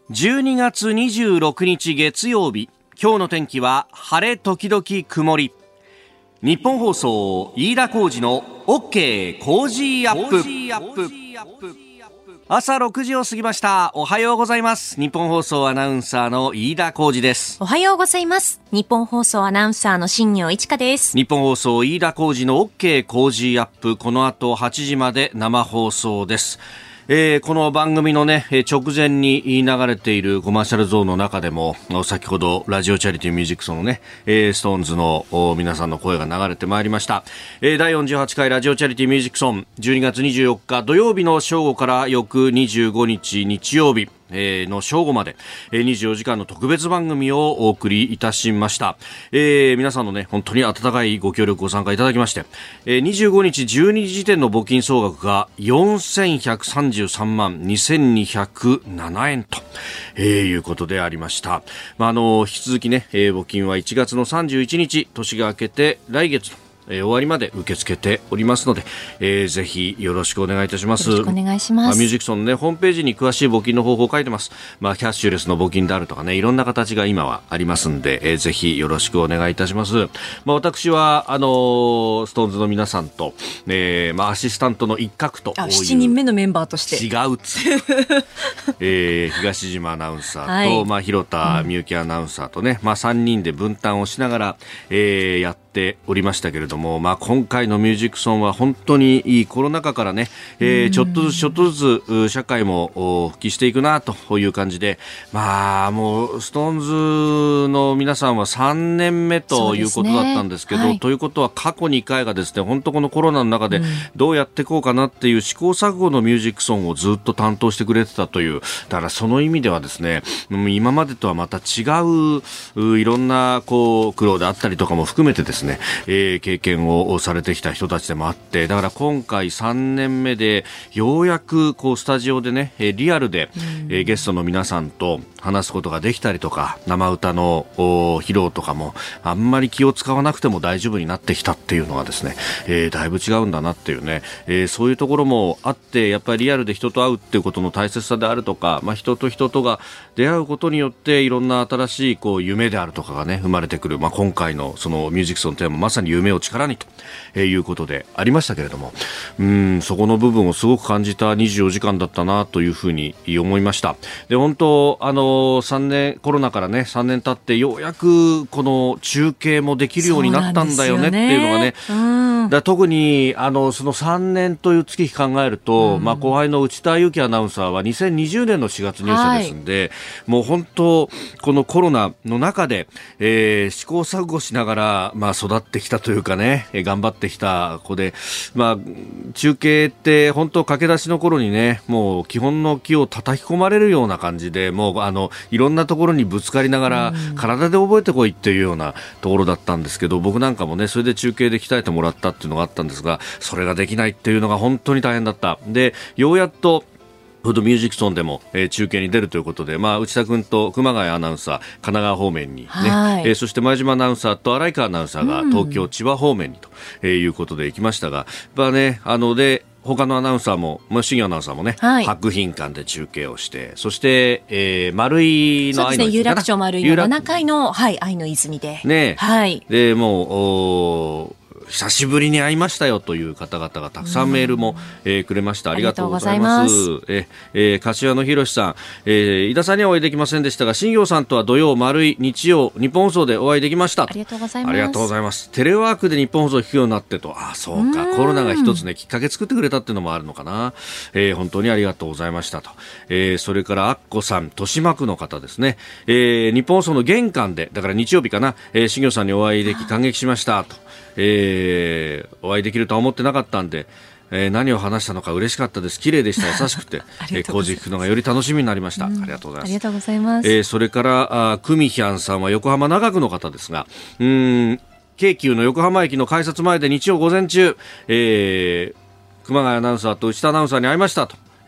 12月26日月曜日、今日の天気は晴れ時々曇り。日本放送飯田浩司の OK コージーアップ。朝6時を過ぎました。おはようございます。日本放送アナウンサーの飯田浩司です。 おはようございます。日本放送アナウンサーの新業一華です。 日本放送飯田浩司の OK コージーアップ、この後8時まで生放送です。この番組のね、直前に流れているコマーシャルゾーンの中でも、先ほどラジオチャリティーミュージックソンのね、ストーンズの皆さんの声が流れてまいりました。第48回ラジオチャリティーミュージックソン、12月24日土曜日の正午から翌25日日曜日の正午まで24時間の特別番組をお送りいたしました。皆さんのね、本当に温かいご協力ご参加いただきまして、25日12時時点の募金総額が4133万2207円と、いうことでありました。引き続きね、募金は1月の31日年が明けて来月の終わりまで受け付けておりますので、ぜひよろしくお願いいたします。 よろしくお願いします。 ミュージックソンのね、ホームページに詳しい募金の方法を書いてます。キャッシュレスの募金であるとかね、いろんな形が今はありますんで、ぜひよろしくお願いいたします。私はストーンズの皆さんと、アシスタントの一角という 7人目のメンバーとして違う東島アナウンサーと、広田みゆきアナウンサーとね、3人で分担をしながら、やっておりましたけれども、今回のミュージックソンは本当にコロナ禍からね、ちょっとずつ社会も復帰していくなという感じで、もうストーンズの皆さんは3年目ということだったんですけど、ということは過去2回がですね、本当このコロナの中でどうやっていこうかなっていう試行錯誤のミュージックソンをずっと担当してくれてたという、だからその意味ではですね、今までとはまた違ういろんな苦労であったりとかも含めてですね、経験をされてきた人たちでもあって、だから今回3年目でようやくスタジオでね、リアルで、ゲストの皆さんと話すことができたりとか、生歌の披露とかもあんまり気を使わなくても大丈夫になってきたっていうのはですね、だいぶ違うんだなっていうね、そういうところもあって、やっぱりリアルで人と会うっていうことの大切さであるとか、人と人とが出会うことによっていろんな新しい夢であるとかがね生まれてくる、今回のそのミュージックソンテーマ、まさに夢を力にということでありましたけれども、そこの部分をすごく感じた24時間だったなというふうに思いました。で、本当3年コロナからね3年経ってようやくこの中継もできるようになったんだよねっていうのがね、だ特にその3年という月日考えると、後輩の内田有紀アナウンサーは2020年の4月入社ですんで、もう本当このコロナの中で、試行錯誤しながら、育ってきたというかね、頑張ってきた子で、中継って本当駆け出しの頃にね、もう基本の木を叩き込まれるような感じで、もういろんなところにぶつかりながら、体で覚えてこいっていうようなところだったんですけど、僕なんかもねそれで中継で鍛えてもらったっていうのがあったんですが、それができないっていうのが本当に大変だった。で、ようやっとミュージックソンでも、中継に出るということで、内田君と熊谷アナウンサー神奈川方面にね、そして前島アナウンサーと荒井川アナウンサーが東京、千葉方面にと、いうことで行きましたが、で他のアナウンサーも、新業アナウンサーもね、博品館で中継をして、そして、丸井の愛の泉、 有楽町丸井の7階の、愛の泉で、 ね、でもう久しぶりに会いましたよという方々がたくさんメールも、くれました。ありがとうございます。柏野博さん、井田さんにはお会いできませんでしたが、新業さんとは土曜、丸い日曜、日本放送でお会いできました。 ありがとうございます。 ありがとうございます。テレワークで日本放送を聞くようになってと、そうか、コロナが一つね、きっかけ作ってくれたっていうのもあるのかな。本当にありがとうございましたと。それからアッコさん、豊島区の方ですね。日本放送の玄関で、だから日曜日かな、新業さんにお会いでき感激しましたと。お会いできるとは思ってなかったんで、何を話したのか嬉しかったです。綺麗でした。優しくて工事聞くのがより楽しみになりました。ありがとうございます。 ありがとうございます。 それからクミヒャンさんは横浜長区の方ですが、京急の横浜駅の改札前で日曜午前中、熊谷アナウンサーと内田アナウンサーに会いましたと。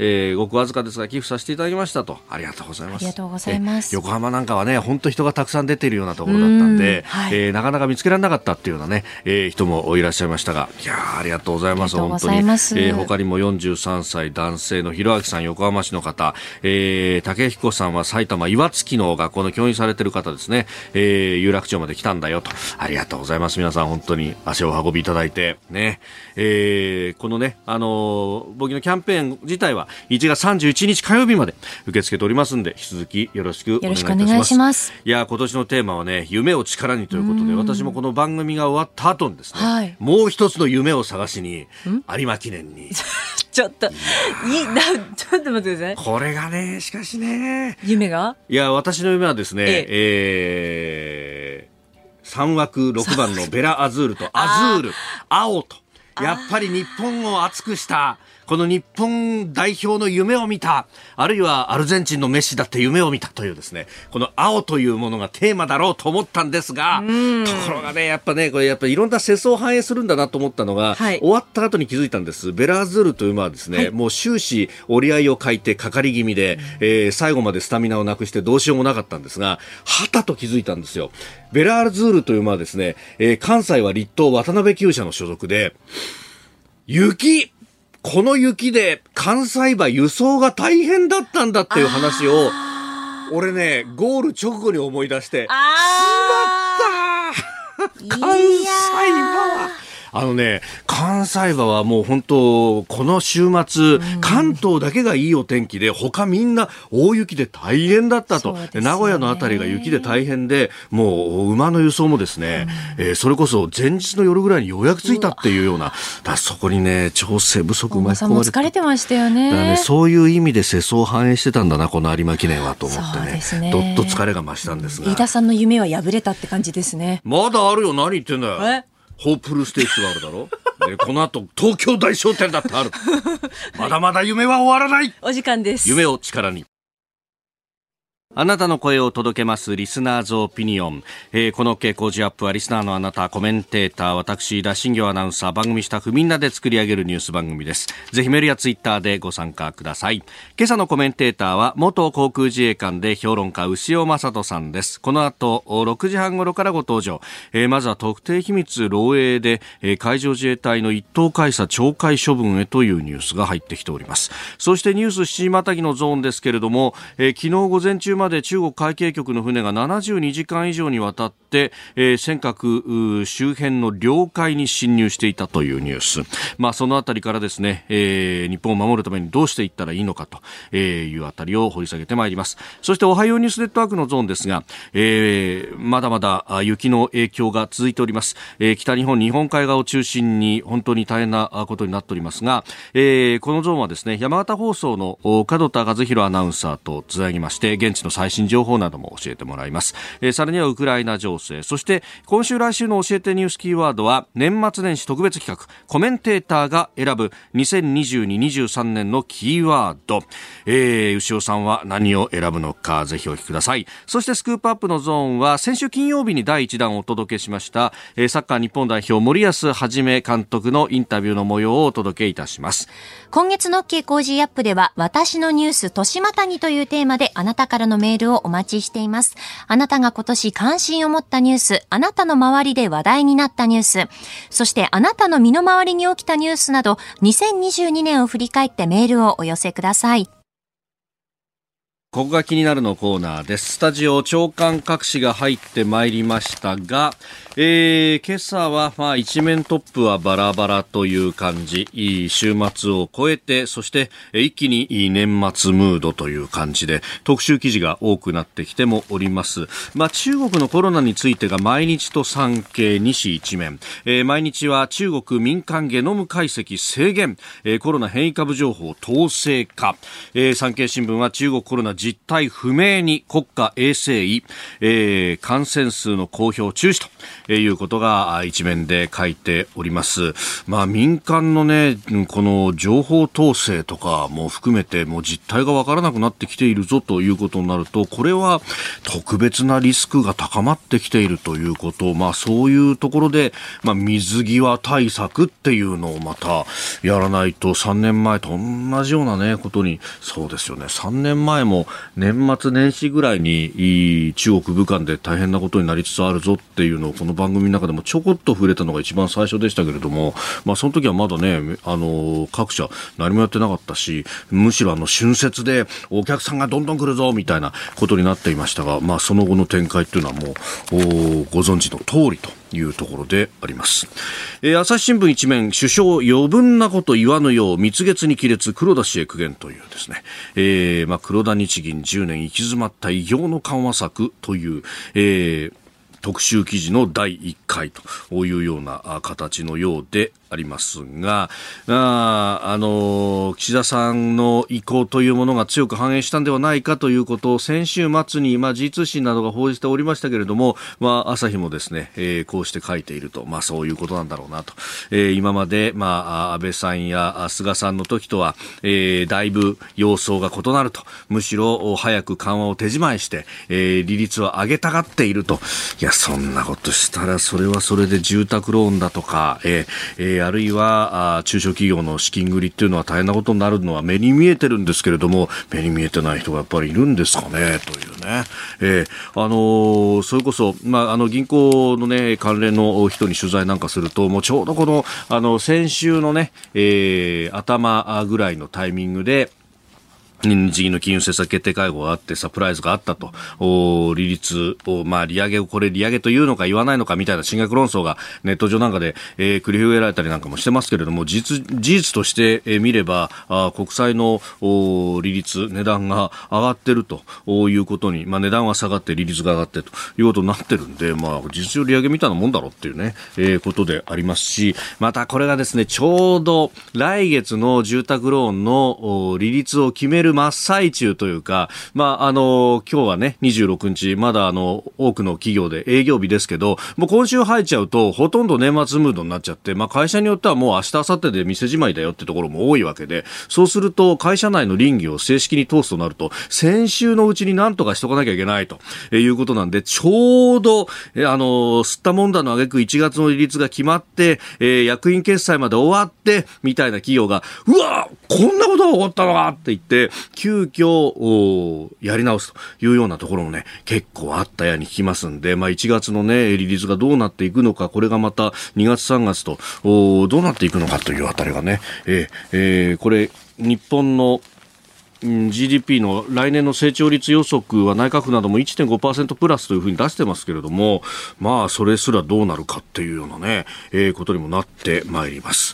ごくわずかですが寄付させていただきましたと。ありがとうございます。 ありがとうございます。 横浜なんかはね本当人がたくさん出ているようなところだったんで、なかなか見つけられなかったっていうようなね、人もいらっしゃいましたが、いやありがとうございます。本当に、他にも43歳男性のひろあきさん、横浜市の方、竹彦さんは埼玉岩槻の学校の教員されている方ですね、有楽町まで来たんだよと。ありがとうございます。皆さん本当に足をお運びいただいてね、このね簿記のキャンペーン自体は1月31日火曜日まで受け付けておりますんで、引き続きよろしくお願いいたします。いや今年のテーマはね、夢を力にということで、私もこの番組が終わった後にですね、もう一つの夢を探しに有馬記念にちょっと待ってください。 これがね、しかしね、 夢が、 いや私の夢はですね、3枠6番のベラアズールとアズール青と、やっぱり日本を熱くしたこの日本代表の夢を見た、あるいはアルゼンチンのメッシだって夢を見たというですね、この青というものがテーマだろうと思ったんですが、ところがね、やっぱね、これやっぱいろんな世相を反映するんだなと思ったのが、終わった後に気づいたんです。ベラアズールという馬はですね、もう終始折り合いを欠いてかかり気味で、最後までスタミナをなくしてどうしようもなかったんですが、はたと気づいたんですよ。ベラアズールという馬はですね、関西は立東渡辺厩舎の所属で、この雪で関西馬輸送が大変だったんだっていう話を、俺ね、ゴール直後に思い出して、しまった関西馬は関西馬はもう本当この週末、関東だけがいいお天気で他みんな大雪で大変だったと、名古屋のあたりが雪で大変で、もう馬の輸送もですね、それこそ前日の夜ぐらいにようやく着いたっていうような、そこにね調整不足巻き込まれて、 疲れてましたよね。 そういう意味で世相を反映してたんだなこの有馬記念はと思ってね、どっと疲れが増したんですが、 飯田さんの夢は破れたって感じですね。 まだあるよ。何言ってんだよ。ホープルステークスがあるだろでこの後東京大商店だってあるまだまだ夢は終わらない。 お時間です。 夢を力に。あなたの声を届けますリスナーズオピニオン、この傾向時アップはリスナーのあなた、コメンテーター、私田新行アナウンサー、番組スタッフみんなで作り上げるニュース番組です。ぜひメールやツイッターでご参加ください。今朝のコメンテーターは元航空自衛官で評論家牛尾正人さんです。この後6時半頃からご登場。まずは特定秘密漏洩で、海上自衛隊の一等海佐懲戒処分へというニュースが入ってきております。そしてニュース7時またぎのゾーンですけれども、昨日午前中まで中国海警局の船が72時間以上にわたって、尖閣周辺の領海に侵入していたというニュース、そのあたりからですね、日本を守るためにどうしていったらいいのかというあたりを掘り下げてまいります。そしておはようニュースネットワークのゾーンですが、まだまだ雪の影響が続いております。北日本日本海側を中心に本当に大変なことになっておりますが、このゾーンはですね、山形放送の門田和弘アナウンサーとつなぎまして、現地の最新情報なども教えてもらいます。さらにはウクライナ情勢、そして今週来週の教えてニュースキーワードは年末年始特別企画、コメンテーターが選ぶ2022-23年のキーワード、牛尾さんは何を選ぶのかぜひお聞きください。そしてスクープアップのゾーンは先週金曜日に第1弾をお届けしました、サッカー日本代表森保一監督のインタビューの模様をお届けいたします。 今月の傾向時アップでは、私のニュース年またぎというテーマであなたからのメールをお待ちしています。あなたが今年関心を持ったニュース、あなたの周りで話題になったニュース、そしてあなたの身の回りに起きたニュースなど、2022年を振り返ってメールをお寄せください。 ここが気になるのコーナーです。スタジオ長官各紙が入ってまいりましたが、今朝は一面トップはバラバラという感じ、週末を超えて、そして一気に年末ムードという感じで特集記事が多くなってきてもおります。中国のコロナについてが毎日と産経西一面、毎日は中国民間ゲノム解析制限、コロナ変異株情報統制か、産経新聞は中国コロナ実態不明に国家衛生医、感染数の公表中止ということが一面で書いております。民間のね、この情報統制とかも含めてもう実態がわからなくなってきているぞということになると、これは特別なリスクが高まってきているということ、そういうところで、水際対策っていうのをまたやらないと、3年前と同じようなねことに、そうですよね、3年前も年末年始ぐらいに中国武漢で大変なことになりつつあるぞっていうのをこの番組の中でもちょこっと触れたのが一番最初でしたけれども、その時はまだね、各社何もやってなかったし、むしろ春節でお客さんがどんどん来るぞみたいなことになっていましたが、その後の展開っていうのはもうご存知の通りというところであります。朝日新聞一面、首相余分なこと言わぬよう蜜月に亀裂、黒田氏へ苦言というですね、黒田日銀10年行き詰まった異形の緩和策という、特集記事の第1回というような形のようでありますが、岸田さんの意向というものが強く反映したんではないかということを先週末に、時通信などが報じておりましたけれども、朝日もですね、こうして書いていると、そういうことなんだろうなと。今まで、安倍さんや菅さんの時とは、だいぶ様相が異なると、むしろ早く緩和を手じまいして、利率を上げたがっていると。いや、そんなことしたらそれはそれで住宅ローンだとか、あるいは中小企業の資金繰りっていうのは大変なことになるのは目に見えてるんですけれども、目に見えてない人がやっぱりいるんですかねというね、それこそ、銀行のね関連の人に取材なんかすると、もうちょうどこの先週のね、頭ぐらいのタイミングで日銀の金融政策決定会合があってサプライズがあったと、利率を、利上げをこれ利上げというのか言わないのかみたいな進学論争がネット上なんかで、繰り広げられたりなんかもしてますけれども、事実として、見れば国債の利率値段が上がってるということに、値段は下がって利率が上がってということになってるんで、事実上利上げみたいなもんだろうっていうね、ことでありますし、またこれがですね、ちょうど来月の住宅ローンの利率を決める真っ最中というか、今日はね26日まだ多くの企業で営業日ですけど、もう今週入っちゃうとほとんど年末ムードになっちゃって、会社によってはもう明日明後日で店じまいだよってところも多いわけで、そうすると会社内の倫理を正式に通すとなると、先週のうちに何とかしとかなきゃいけないということなんで、ちょうど吸ったもんだの挙句1月の利率が決まって、役員決済まで終わってみたいな企業が、うわこんなことが起こったのかって言って急遽やり直すというようなところもね結構あったように聞きますんで、1月のね利率がどうなっていくのか、これがまた2月3月とどうなっていくのかというあたりがね、これ日本のGDP の来年の成長率予測は内閣府なども 1.5% プラスというふうに出してますけれども、それすらどうなるかっていうようなね、ことにもなってまいります。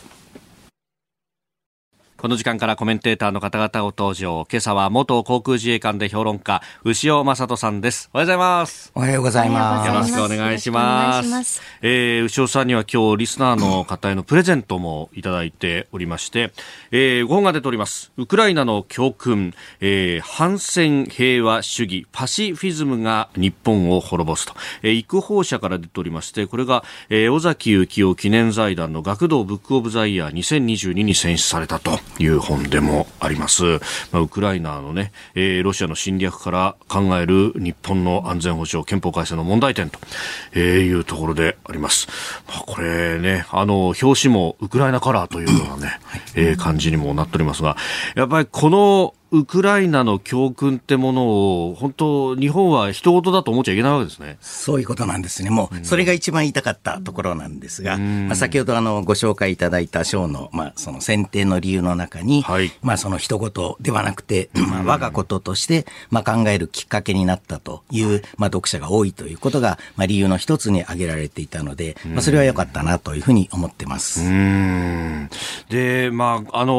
この時間からコメンテーターの方々ご登場。今朝は元航空自衛官で評論家牛尾正人さんです。おはようございます。 おはようございます。 よろしくお願いします。牛尾さんには今日リスナーの方へのプレゼントもいただいておりまして、5本が出ております。ウクライナの教訓、反戦平和主義パシフィズムが日本を滅ぼすと、育法社から出ておりまして、これが、尾崎幸夫記念財団の学童ブックオブザイヤー2022に選出されたという本でもあります。ウクライナのね、ロシアの侵略から考える日本の安全保障憲法改正の問題点というところであります。これね、表紙もウクライナカラーというようなね、感じにもなっておりますが、やっぱりこのウクライナの教訓ってものを本当日本は人事だと思っちゃいけないわけですね。 そういうことなんですね。もうそれが一番言いたかったところなんですが、先ほどご紹介いただいた章の、その選定の理由の中に、その一言ではなくて、我がこととして、考えるきっかけになったという、読者が多いということが、理由の一つに挙げられていたので、それは良かったなというふうに思ってます。 で、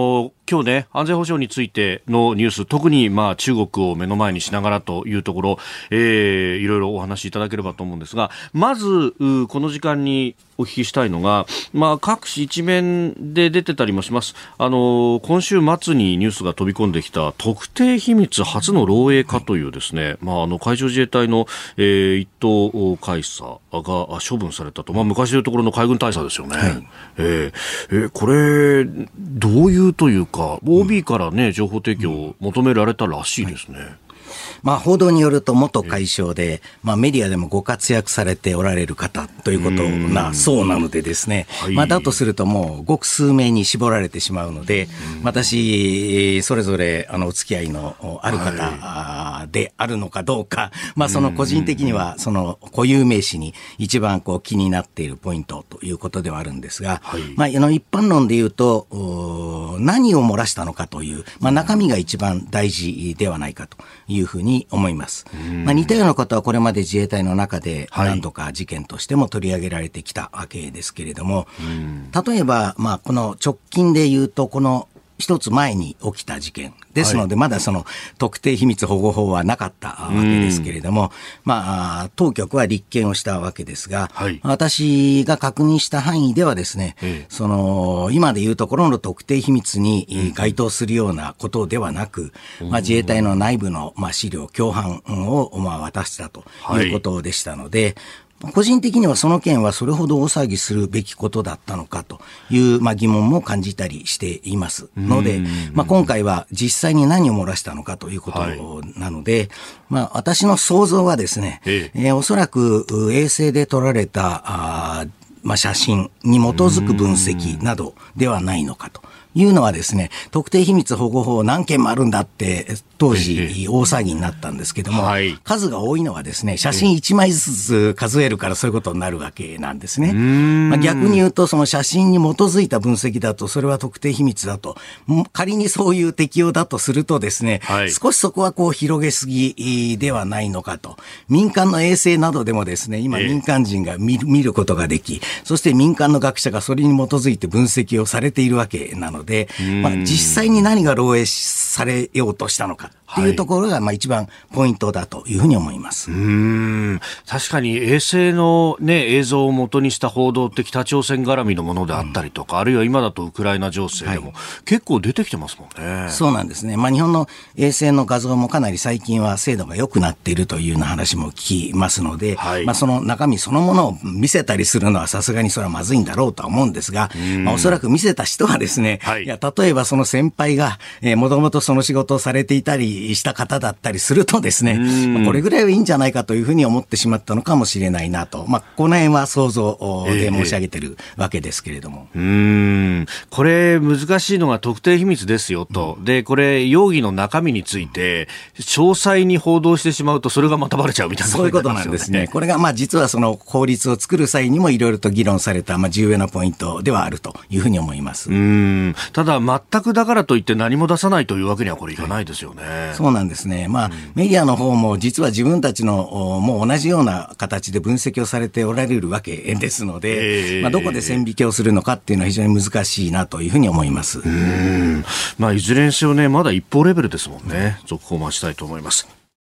今日ね、安全保障についてのニュース、特に中国を目の前にしながらというところ、いろいろお話しいただければと思うんですが、まずこの時間にお聞きしたいのが、各紙一面で出てたりもします。今週末にニュースが飛び込んできた特定秘密初の漏洩かというですね、海上自衛隊の、一等海佐が処分されたと、昔でいうところの海軍大佐ですよね。はい、これどういうというか OB からね、情報提供を求められたらしいですね。 報道によると元海将で、メディアでもご活躍されておられる方ということなそうなのでですね、だとするともうごく数名に絞られてしまうので、私それぞれお付き合いのある方であるのかどうか、その個人的にはその固有名詞に一番気になっているポイントということではあるんですが、一般論で言うと何を漏らしたのかという、中身が一番大事ではないかというふうに思います。似たようなことはこれまで自衛隊の中で何度か事件としても取り上げられてきたわけですけれども、例えば、この直近で言うとこの一つ前に起きた事件ですので、まだその特定秘密保護法はなかったわけですけれども、当局は立件をしたわけですが、私が確認した範囲ではですね、その今でいうところの特定秘密に該当するようなことではなく、自衛隊の内部の資料共犯を渡したということでしたので、個人的にはその件はそれほど大騒ぎするべきことだったのかという疑問も感じたりしていますので、今回は実際に何を漏らしたのかということなので、私の想像はですね、おそらく衛星で撮られた写真に基づく分析などではないのかというのはですね、特定秘密保護法何件もあるんだって当時大騒ぎになったんですけども、数が多いのはですね、写真1枚ずつ数えるからそういうことになるわけなんですね。逆に言うとその写真に基づいた分析だとそれは特定秘密だと、仮にそういう適用だとするとですね、少しそこは広げすぎではないのかと。民間の衛星などでもですね、今民間人が見ることができ、そして民間の学者がそれに基づいて分析をされているわけなので、実際に何が漏洩されようとしたのかっていうところが一番ポイントだというふうに思います。 確かに衛星の、映像を元にした報道って北朝鮮絡みのものであったりとか、あるいは今だとウクライナ情勢でも結構出てきてますもんね。 そうなんですね。日本の衛星の画像もかなり最近は精度が良くなっているというような話も聞きますので、その中身そのものを見せたりするのはさすがにそれはまずいんだろうとは思うんですが、おそらく見せた人はですね、いや例えばその先輩がもともとその仕事をされていたりした方だったりするとですね、これぐらいはいいんじゃないかというふうに思ってしまったのかもしれないなと、この辺は想像で申し上げてるわけですけれども、 これ難しいのが特定秘密ですよと、でこれ容疑の中身について詳細に報道してしまうとそれがまたバレちゃうみたいな、 そういうことなんですね。これが実はその法律を作る際にもいろいろと議論された重要なポイントではあるというふうに思います。 ただ全くだからといって何も出さないというわけにはこれいかないですよね。 そうなんですね。メディアの方も実は自分たちのもう同じような形で分析をされておられるわけですので、どこで線引きをするのかっていうのは非常に難しいなというふうに思います。 いずれにせよね、まだ一報レベルですもんね。続報を待ちたいと思います。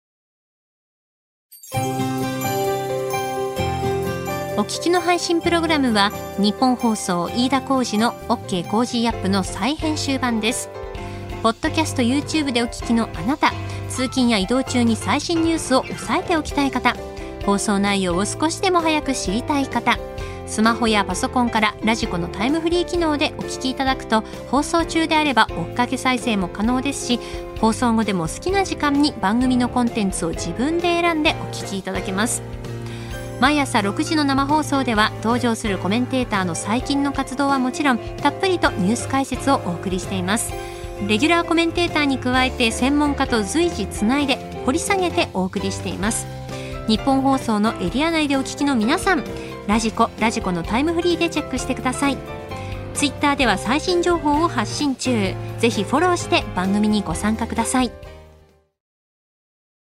お聞きの配信プログラムは日本放送飯田浩司の OK コージーアップの再編集版です。ポッドキャスト YouTube でお聞きのあなた、通勤や移動中に最新ニュースを押さえておきたい方、放送内容を少しでも早く知りたい方、スマホやパソコンからラジコのタイムフリー機能でお聞きいただくと、放送中であれば追っかけ再生も可能ですし、放送後でも好きな時間に番組のコンテンツを自分で選んでお聞きいただけます。毎朝6時の生放送では登場するコメンテーターの最近の活動はもちろん、たっぷりとニュース解説をお送りしています。レギュラーコメンテーターに加えて専門家と随時つないで掘り下げてお送りしています。日本放送のエリア内でお聞きの皆さん、ラジコのタイムフリーでチェックしてください。ツイッターでは最新情報を発信中。ぜひフォローして番組にご参加ください。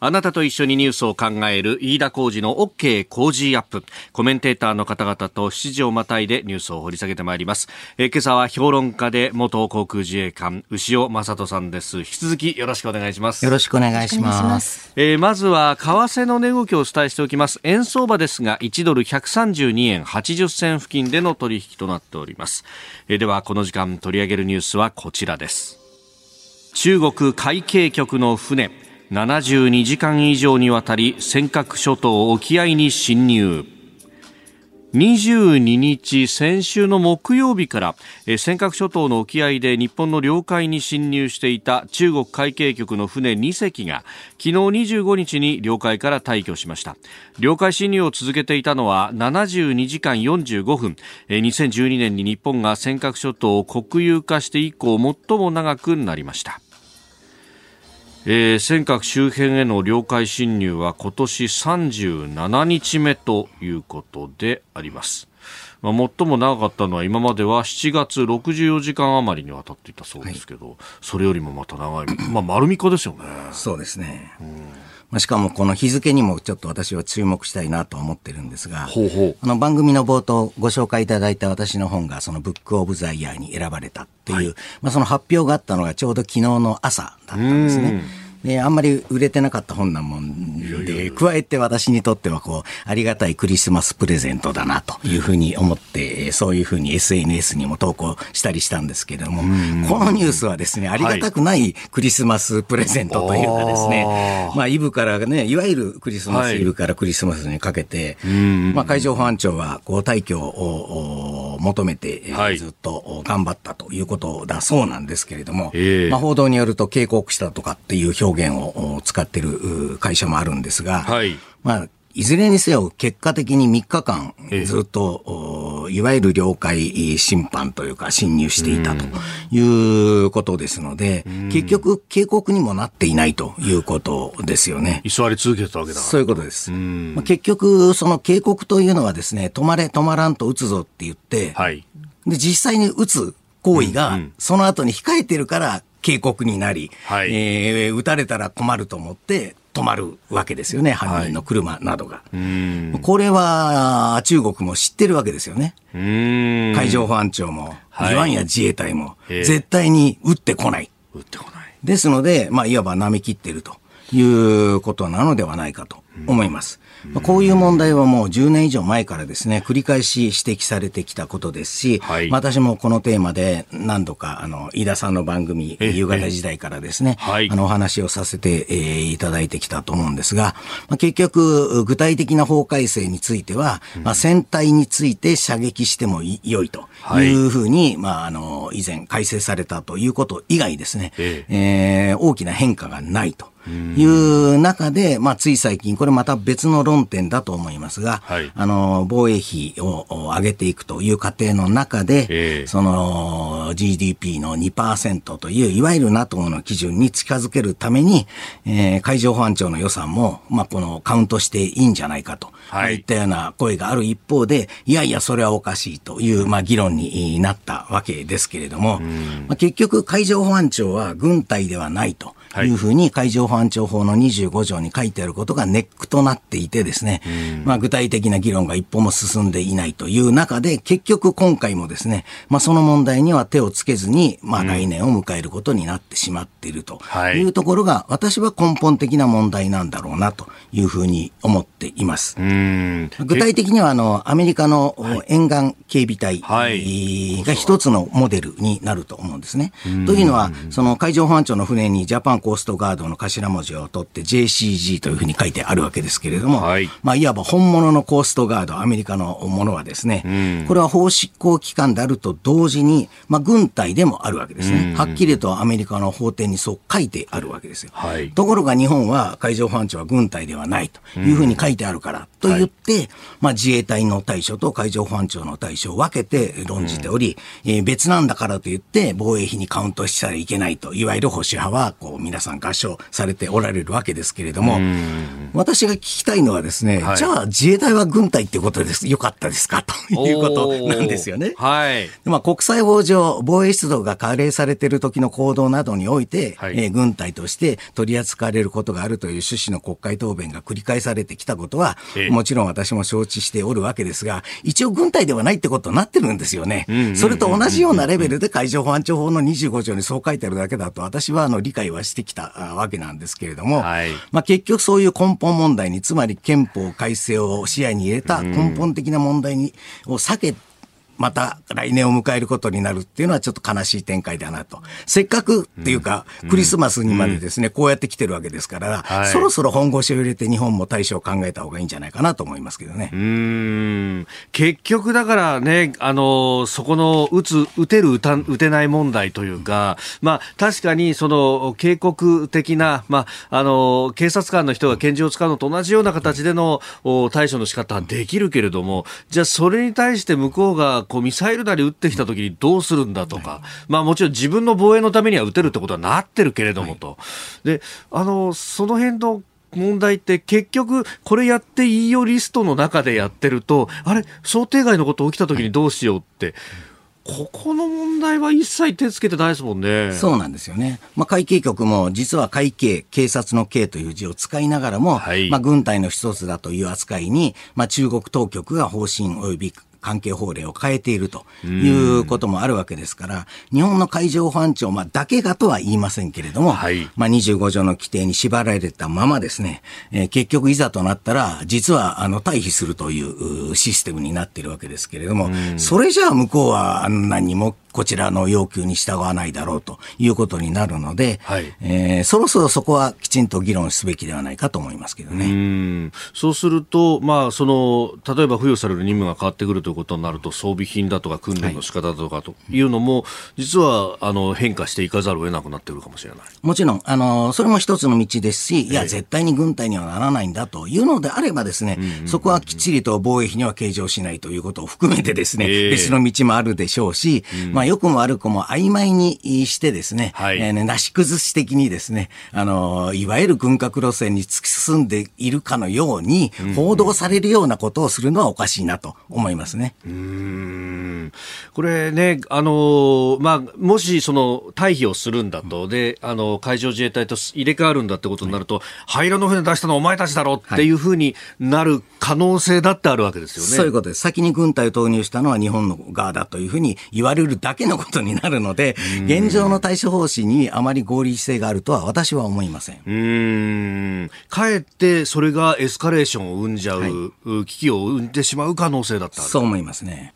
あなたと一緒にニュースを考える飯田浩司の OK 工事アップ。コメンテーターの方々と7時をまたいでニュースを掘り下げてまいります。今朝は評論家で元航空自衛官牛尾正人さんです。引き続きよろしくお願いします。 よろしくお願いします。 まずは為替の値動きをお伝えしておきます。円相場ですが1ドル132円80銭付近での取引となっております。ではこの時間取り上げるニュースはこちらです。中国海警局の船72時間以上にわたり尖閣諸島沖合に侵入。22日先週の木曜日から尖閣諸島の沖合で日本の領海に侵入していた中国海警局の船2隻が昨日25日に領海から退去しました。領海侵入を続けていたのは72時間45分。2012年に日本が尖閣諸島を国有化して以降最も長くなりました。尖閣周辺への領海侵入は今年37日目ということであります。最も長かったのは今までは7月64時間余りにわたっていたそうですけど、はい、それよりもまた長い、丸3日ですよね。 そうですね。しかもこの日付にもちょっと私は注目したいなと思ってるんですが、番組の冒頭ご紹介いただいた私の本がそのブックオブザイヤーに選ばれたという、はい、その発表があったのがちょうど昨日の朝だったんですね。で、あんまり売れてなかった本なもんで、加えて私にとってはありがたいクリスマスプレゼントだなというふうに思って、そういうふうに SNS にも投稿したりしたんですけれども、このニュースはですね、ありがたくないクリスマスプレゼントというかですね、イブからね、いわゆるクリスマスイブからクリスマスにかけて、海上保安庁は退去を求めて、ずっと頑張ったということだそうなんですけれども、報道によると警告したとかっていう表現を使っている会社もあるんですが、いずれにせよ結果的に3日間ずっと、いわゆる領海侵犯というか侵入していたということですので、結局警告にもなっていないということですよね。 居座り続けたわけだから。 そういうことです。結局その警告というのはですね、止まれ止まらんと撃つぞって言って、で実際に撃つ行為がその後に控えてるから警告になり、撃たれたら困ると思って止まるわけですよね、犯人の車などが。これは中国も知ってるわけですよね。海上保安庁も、日湾や自衛隊も絶対に撃ってこない。ですので、いわば舐め切っているということなのではないかと思います。こういう問題はもう10年以上前からですね、繰り返し指摘されてきたことですし、私もこのテーマで何度か飯田さんの番組、夕方時代からですね、お話をさせて、いただいてきたと思うんですが、結局具体的な法改正については、船体について射撃しても良いというふうに、以前改正されたということ以外ですね、大きな変化がないという中で、つい最近これまた別の論点だと思いますが、防衛費を上げていくという過程の中で、その GDP の 2% といういわゆる NATO の基準に近づけるために、海上保安庁の予算もこのカウントしていいんじゃないかと、いったような声がある一方で、いやいやそれはおかしいという議論になったわけですけれども、結局海上保安庁は軍隊ではないというふうに海上保安庁法の25条に書いてあることがネックとなっていてですね、具体的な議論が一歩も進んでいないという中で、結局今回もですね、その問題には手をつけずに、来年を迎えることになってしまっているというところが、私は根本的な問題なんだろうなというふうに思っています。具体的にはアメリカの沿岸警備隊が一つのモデルになると思うんですね。というのは、その海上保安庁の船にジャパンコーストガードの頭文字を取って JCG というふうに書いてあるわけですけれども、いわば本物のコーストガード、アメリカのものはですね、これは法執行機関であると同時に、軍隊でもあるわけですね。はっきりとアメリカの法典にそう書いてあるわけですよ。ところが日本は海上保安庁は軍隊ではないというふうに書いてあるからと言って、自衛隊の対処と海上保安庁の対処を分けて論じており、別なんだからと言って防衛費にカウントしたらいけないと、いわゆる保守派は皆さん合唱されておられるわけですけれども、 私が聞きたいのはですね、じゃあ自衛隊は軍隊ってことです。よかったですかということなんですよね。 はい。 国際法上、防衛出動が加齢されている時の行動などにおいて、軍隊として取り扱われることがあるという趣旨の国会答弁が繰り返されてきたことは、もちろん私も承知しておるわけですが、一応軍隊ではないってことになってるんですよね。それと同じようなレベルで海上保安庁法の25条にそう書いてあるだけだと私は理解はしてきたわけなんですけれども、結局そういう根本問題に、つまり憲法改正を視野に入れた根本的な問題を避けまた来年を迎えることになるっていうのはちょっと悲しい展開だなと。せっかくっていうか、クリスマスにまでですね、こうやって来てるわけですから、そろそろ本腰を入れて日本も対処を考えた方がいいんじゃないかなと思いますけどね。 結局だからね、そこの撃てる撃てない問題というか、確かにその警告的な、警察官の人が拳銃を使うのと同じような形での対処の仕方はできるけれども、じゃあそれに対して向こうがミサイルなり撃ってきたときにどうするんだとか、もちろん自分の防衛のためには撃てるってことはなってるけれどもと。で、その辺の問題って結局これやっていいよリストの中でやってると、あれ想定外のこと起きたときにどうしようって、ここの問題は一切手つけてないですもんね。そうなんですよね。 海警局も実は海警、警察の警という字を使いながらも、軍隊の一つだという扱いに、中国当局が方針及び関係法令を変えているということもあるわけですから、日本の海上保安庁、だけがとは言いませんけれども、25条の規定に縛られたままですね、結局いざとなったら、実は退避するというシステムになっているわけですけれども、それじゃあ向こうは何もこちらの要求に従わないだろうということになるので、そろそろそこはきちんと議論すべきではないかと思いますけどね。 そうすると、例えば付与される任務が変わってくるということになると、装備品だとか訓練の仕方だとかというのも、実は変化していかざるを得なくなってくるかもしれない。 もちろんそれも一つの道ですし、いや絶対に軍隊にはならないんだというのであればですね、そこはきっちりと防衛費には計上しないということを含めてですね、別の道もあるでしょうし、良くも悪くも曖昧にしてですね、なし崩し的にですね、いわゆる軍拡路線に突き進んでいるかのように報道されるようなことをするのはおかしいなと思いますね。 これね、もしその退避をするんだと、で、海上自衛隊と入れ替わるんだってことになると、灰色の船出したのはお前たちだろっていうふうになる可能性だってあるわけですよね。 そういうことです。先に軍隊を投入したのは日本の側だというふうに言われるだけのことになるので、現状の対処方針にあまり合理性があるとは私は思いません。 かえってそれがエスカレーションを生んじゃう、危機を生んでしまう可能性だった。 そう思いますね。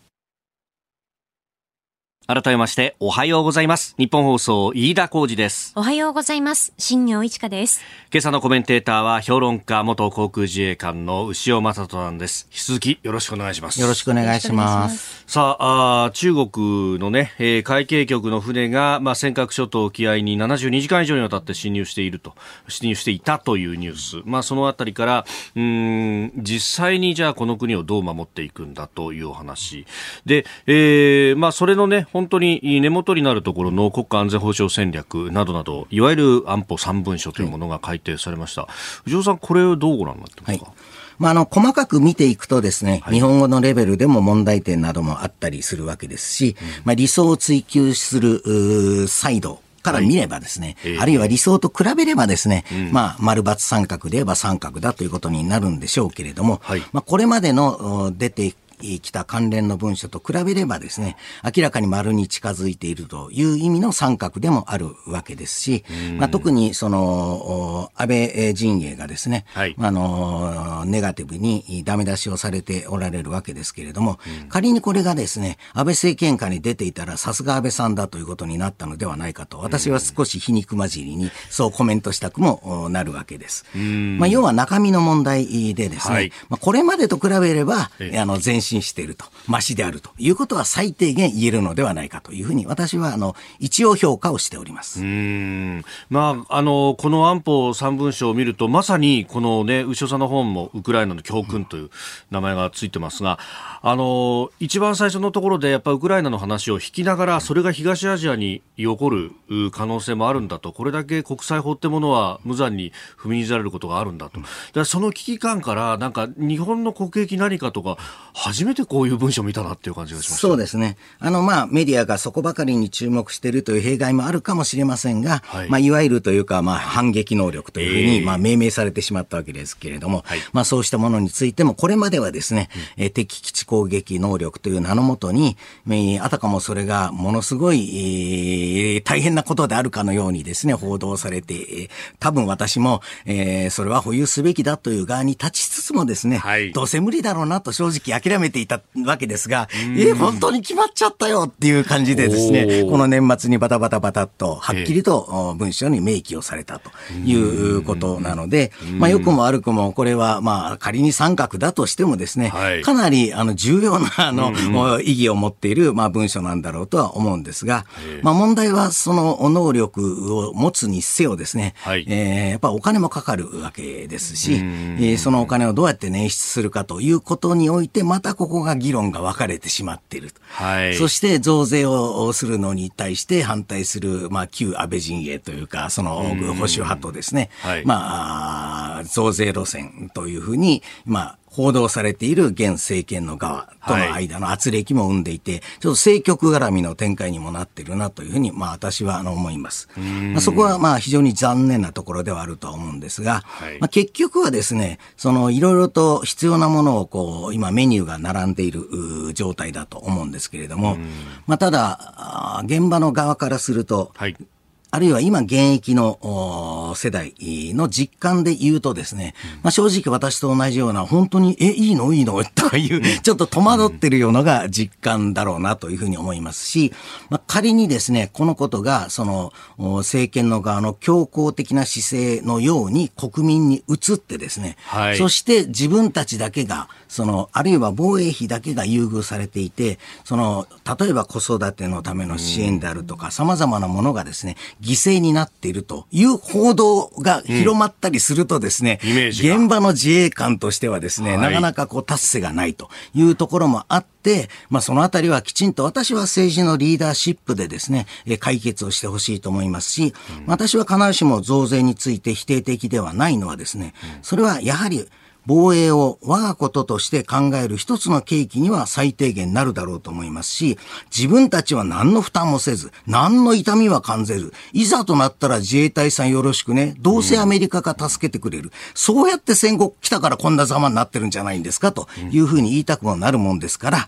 改めましておはようございます。日本放送飯田浩司です。 おはようございます。新業一華です。 今朝のコメンテーターは評論家元航空自衛官の牛尾正人さんです。引き続きよろしくお願いします。 よろしくお願いします。 さあ、中国のね、海警局の船が、尖閣諸島沖合に72時間以上にわたって侵入していたというニュース。そのあたりから、実際にじゃあこの国をどう守っていくんだというお話で、それのね、本当に根元になるところの国家安全保障戦略などなど、いわゆる安保3文書というものが改定されました。藤尾さん、これをどうご覧になってますか？ 細かく見ていくとですね、日本語のレベルでも問題点などもあったりするわけですし、理想を追求するサイドから見ればですね、あるいは理想と比べればですね、丸×三角で言えば三角だということになるんでしょうけれども、これまでの出てきた関連の文書と比べればですね、明らかに丸に近づいているという意味の三角でもあるわけですし、特にその安倍陣営がですね、ネガティブにダメ出しをされておられるわけですけれども、仮にこれがですね、安倍政権下に出ていたらさすが安倍さんだということになったのではないかと、私は少し皮肉交じりにそうコメントしたくもなるわけです。要は中身の問題でですね、これまでと比べれば前進心していると、マシであるということは最低限言えるのではないかというふうに私は一応評価をしております。 まあ、この安保3文書を見るとまさにこのね、牛尾さんの本もウクライナの教訓という名前がついてますが、一番最初のところでやっぱりウクライナの話を引きながら、それが東アジアに起こる可能性もあるんだと、これだけ国際法ってものは無残に踏みにじられることがあるんだと。だからその危機感からなんか日本の国益何かとか初めてこういう文章を見たなっていう感じがしました。 そうですね。メディアがそこばかりに注目しているという弊害もあるかもしれませんが、いわゆるというか、反撃能力というふうに、命名されてしまったわけですけれども、そうしたものについても、これまではですね、敵基地攻撃能力という名のもとに、あたかもそれがものすごい、大変なことであるかのようにですね、報道されて、多分私も、それは保有すべきだという側に立ちつつもですね、どうせ無理だろうなと正直諦めていたわけですが、本当に決まっちゃったよっていう感じでですね、この年末にバタバタバタっとはっきりと文章に明記をされたということなので、良くも悪くもこれは仮に三角だとしてもですね、かなり重要な意義を持っている文書なんだろうとは思うんですが、問題はその能力を持つにせよですね、やっぱお金もかかるわけですし、そのお金をどうやって捻出するかということにおいてまたここが議論が分かれてしまっていると。そして増税をするのに対して反対する、旧安倍陣営というか、その保守派とですね、増税路線というふうに、報道されている現政権の側との間の圧力も生んでいて、ちょっと政局絡みの展開にもなっているなというふうに、私は思います。そこは非常に残念なところではあるとは思うんですが、結局はですね、いろいろと必要なものを今メニューが並んでいる状態だと思うんですけれども、ただ、現場の側からすると、あるいは今現役の世代の実感で言うとですね、正直私と同じような本当にいいのとかいうちょっと戸惑ってるようなのが実感だろうなというふうに思いますし、仮にですねこのことがその政権の側の強硬的な姿勢のように国民に移ってですね、そして自分たちだけがあるいは防衛費だけが優遇されていて、例えば子育てのための支援であるとか様々なものがですね犠牲になっているという報道が広まったりするとですね、現場の自衛官としてはですね、なかなか達成がないというところもあって、そのあたりはきちんと私は政治のリーダーシップでですね、解決をしてほしいと思いますし、私は必ずしも増税について否定的ではないのはですね、それはやはり防衛を我がこととして考える一つの契機には最低限なるだろうと思いますし、自分たちは何の負担もせず、何の痛みは感じず、いざとなったら自衛隊さんよろしくね、どうせアメリカが助けてくれる。そうやって戦後来たからこんなざまになってるんじゃないんですかというふうに言いたくもなるもんですから、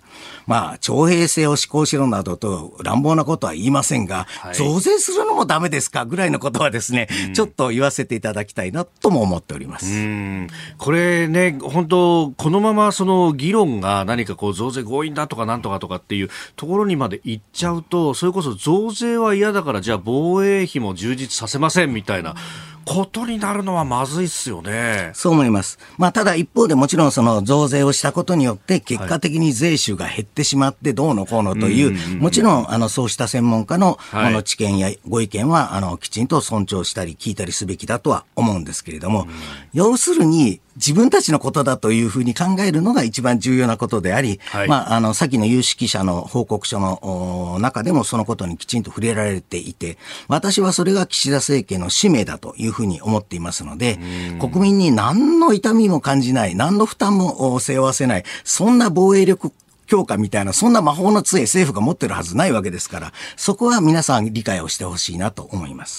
徴兵制を施行しろなどと乱暴なことは言いませんが、増税するのもダメですかぐらいのことはですね、ちょっと言わせていただきたいなとも思っております。 これね、本当このままその議論が何か増税強引だとかなんとかとかっていうところにまで行っちゃうと、それこそ増税は嫌だからじゃあ防衛費も充実させませんみたいなことになるのはまずいっすよね。 そう思います。ただ一方でもちろんその増税をしたことによって結果的に税収が減ってしまってどうのこうのという、もちろんそうした専門家の知見やご意見はきちんと尊重したり聞いたりすべきだとは思うんですけれども、要するに自分たちのことだというふうに考えるのが一番重要なことであり、さっきの有識者の報告書の中でもそのことにきちんと触れられていて、私はそれが岸田政権の使命だというふうに思っていますので、国民に何の痛みも感じない、何の負担も背負わせない、そんな防衛力強化みたいな、そんな魔法の杖政府が持ってるはずないわけですから、そこは皆さん理解をしてほしいなと思います。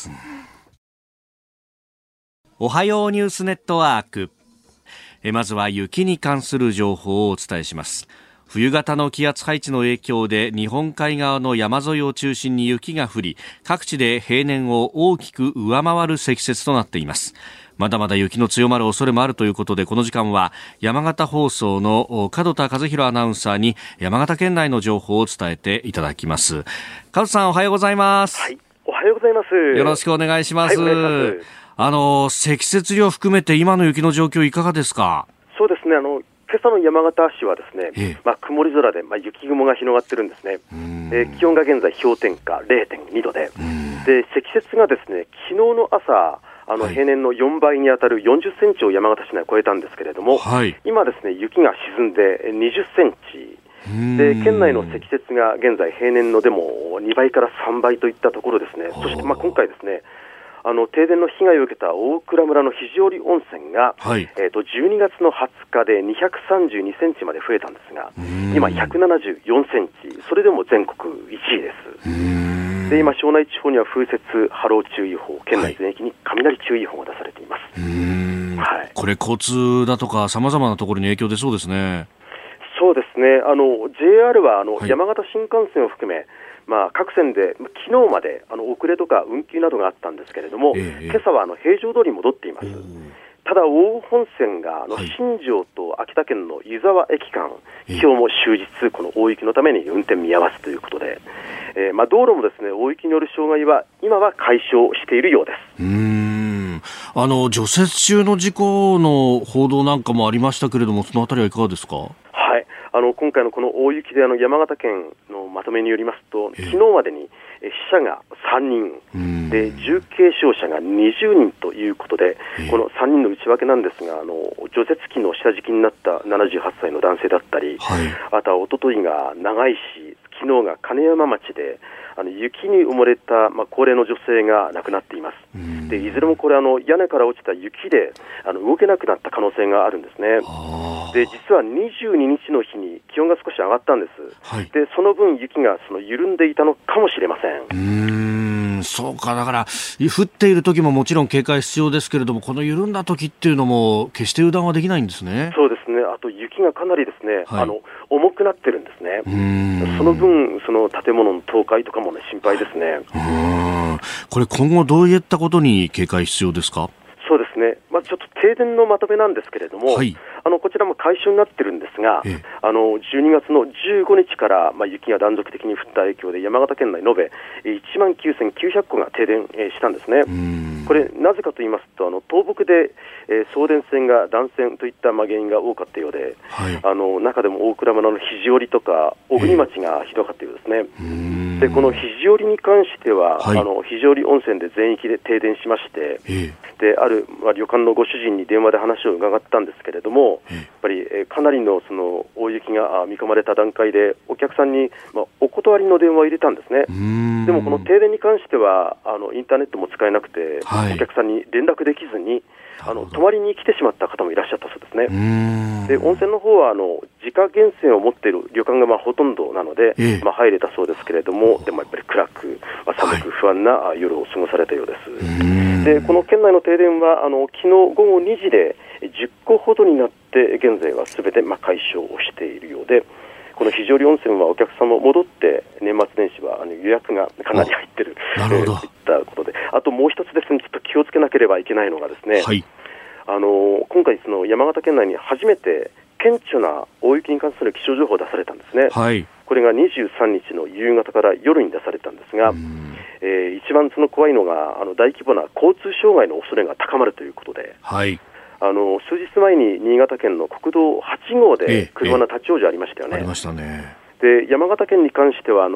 おはようニュースネットワーク。まずは雪に関する情報をお伝えします。冬型の気圧配置の影響で日本海側の山沿いを中心に雪が降り、各地で平年を大きく上回る積雪となっています。まだまだ雪の強まる恐れもあるということで、この時間は山形放送の門田和弘アナウンサーに山形県内の情報を伝えていただきます。門田さん、おはようございます。 はい、おはようございます。 よろしくお願いします。はい、お願いします。積雪量含めて今の雪の状況いかがですか？ そうですね、 今朝の山形市はですね、曇り空で、雪雲が広がってるんですね。気温が現在氷点下 0.2 度で、積雪がですね、昨日の朝平年の4倍に当たる40センチを山形市内は超えたんですけれども、今ですね、雪が沈んで20センチで、県内の積雪が現在平年のでも2倍から3倍といったところですね。そして今回ですね、停電の被害を受けた大倉村の肘折温泉が、12月の20日で232センチまで増えたんですが、今174センチ、それでも全国1位です。で、今庄内地方には風雪波浪注意報、県内全域に雷注意報が出されています。 これ交通だとか様々なところに影響出そうですね。 そうですね、JR は山形新幹線を含め、各線で昨日まで遅れとか運休などがあったんですけれども、今朝は平常通りに戻っています。ただ大本線が新庄と秋田県の湯沢駅間、今日も終日この大雪のために運転見合わせということで、道路もですね、大雪による障害は今は解消しているようです。 除雪中の事故の報道なんかもありましたけれども、そのあたりはいかがですか？ はい、今回のこの大雪で山形県のまとめによりますと、昨日までに死者が3人で重軽傷者が20人ということで、この3人の内訳なんですが、除雪機の下敷きになった78歳の男性だったり、あとはおとといが長井市、昨日が金山町で雪に埋もれた、高齢の女性が亡くなっています。で、いずれもこれ屋根から落ちた雪で動けなくなった可能性があるんですね。で、実は22日の日に気温が少し上がったんです。で、その分雪が緩んでいたのかもしれません。 そうか、だから降っている時ももちろん警戒必要ですけれども、この緩んだ時っていうのも決して油断はできないんですね。 そうですね。あと雪がかなりですね、重くなってるんですね。その分建物の倒壊とかもね、心配ですね。 これ今後どういったことに警戒必要ですか？ そうですね、ちょっと停電のまとめなんですけれども、こちらも解消になってるんですが、12月の15日から、雪が断続的に降った影響で山形県内延べ19,900戸が停電したんですね。これなぜかと言いますと、倒木で送電線が断線といった原因が多かったようで、中でも大倉村の肘折とか小国町がひどかったようですね。で、この肘折に関しては、肘折温泉で全域で停電しまして、で、ある、旅館のご主人に電話で話を伺ったんですけれども、やっぱりかなりの大雪が見込まれた段階でお客さんに、お断りの電話を入れたんですね。でもこの停電に関してはインターネットも使えなくて、お客さんに連絡できずに泊まりに来てしまった方もいらっしゃったそうですね。で、温泉の方は自家源泉を持っている旅館がほとんどなので、入れたそうですけれども、でもやっぱり暗く、寒く不安な夜を過ごされたようです。で、この県内の停電は昨日午後2時で10個ほどになって、現在はすべて解消をしているようで、この肘折温泉はお客さんも戻って年末年始は予約がかなり入っているといったことで、あともう一つですね、ちょっと気をつけなければいけないのがですね、今回山形県内に初めて顕著な大雪に関する気象情報を出されたんですね。これが23日の夕方から夜に出されたんですが、一番怖いのが大規模な交通障害の恐れが高まるということで、数日前に新潟県の国道8号で車の立ち往生ありましたよね。 ありましたね。 で、山形県に関しては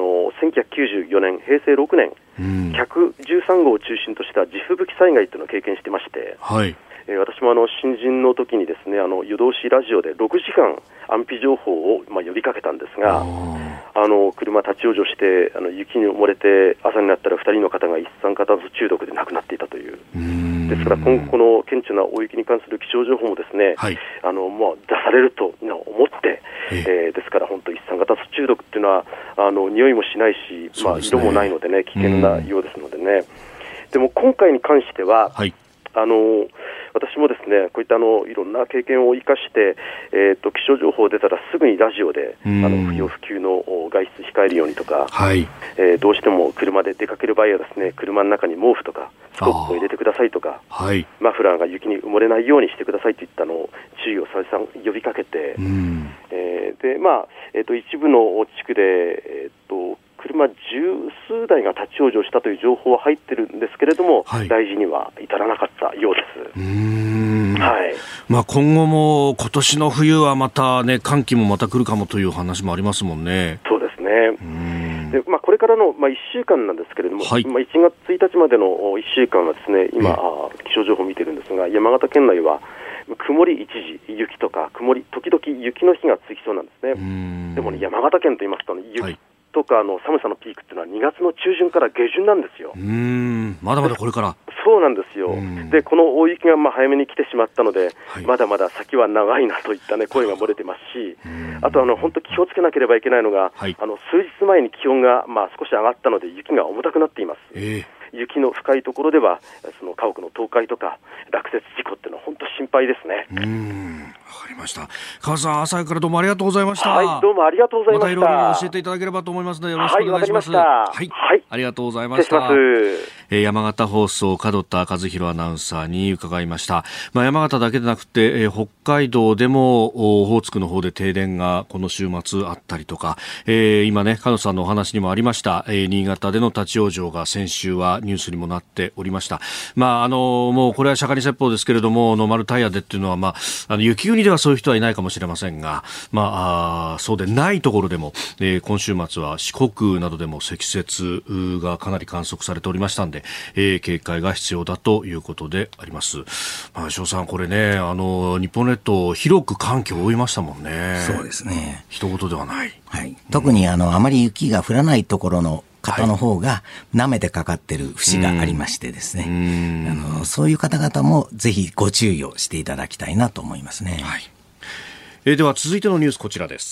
1994年平成6年、113号を中心とした地吹雪災害というのを経験してまして、私も新人の時にですね、夜通しラジオで6時間安否情報を呼びかけたんですが、車立ち往生して雪に埋もれて朝になったら2人の方が一酸化炭素中毒で亡くなっていたという。ですから今後この顕著な大雪に関する気象情報もですね、もう出されると思って、ですから本当一酸化炭素中毒っていうのは匂いもしないし、色もないのでね、危険なようですのでね。でも今回に関しては、私もですね、こういったいろんな経験を生かして、気象情報出たらすぐにラジオで不要不急の外出控えるようにとか、どうしても車で出かける場合はですね、車の中に毛布とかスコップを入れてくださいとか、マフラーが雪に埋もれないようにしてくださいといったのを注意を再三呼びかけて、で、一部の地区で、車十数台が立ち往生したという情報は入ってるんですけれども、 はい、 大事には至らなかったようです。はい、 今後も今年の冬はまたね、寒気もまた来るかもという話もありますもんね。 そうですね。でこれからの、1週間なんですけれども、 はい、 1月1日までの1週間はですね、今、気象情報を見てるんですが、山形県内は曇り一時雪とか曇り時々雪の日が続きそうなんですね。でもね、山形県と言いますと、雪とか寒さのピークっていうのは2月の中旬から下旬なんですよ。 まだまだこれから。 そうなんですよ。でこの大雪が早めに来てしまったので、 はい、 まだまだ先は長いなといった、声が漏れてますし、あと本当気をつけなければいけないのが、 はい、 数日前に気温が少し上がったので雪が重たくなっています。雪の深いところではその家屋の倒壊とか落雪事故っていうのは本当心配ですね。 わかりました。川さん、朝からどうもありがとうございました。 はい、どうもありがとうございました。 またいろいろ教えていただければと思いますので、よろしくお願いします。 はい、 ありがとうございました。山形放送門田和弘アナウンサーに伺いました。山形だけでなくて、北海道でもオホーツクの方で停電がこの週末あったりとか、今ね、門田さんのお話にもありました、新潟での立ち往生が先週はニュースにもなっておりました。もうこれは釈迦に説法ですけれども、ノーマルタイヤでっていうのは、雪国ではそういう人はいないかもしれませんが、そうでないところでも、今週末は四国などでも積雪がかなり観測されておりましたので、警戒が必要だということであります。翔さん、これね、日本列島広く寒気を覆いましたもんね。 そうですね。 一言ではない。 はい、特にあまり雪が降らないところの方の方が舐めてかかってる節がありましてですね、そういう方々もぜひご注意をしていただきたいなと思いますね。 はい、では続いてのニュース、こちらです。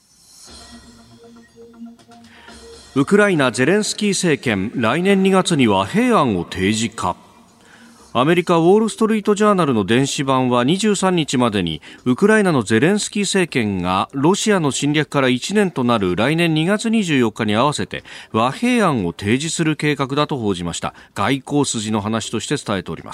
ウクライナゼレンスキー政権、来年2月に和平案を提示か。アメリカウォールストリートジャーナルの電子版は23日までにウクライナのゼレンスキー政権がロシアの侵略から1年となる来年2月24日に合わせて和平案を提示する計画だと報じました。外交筋の話として伝えております。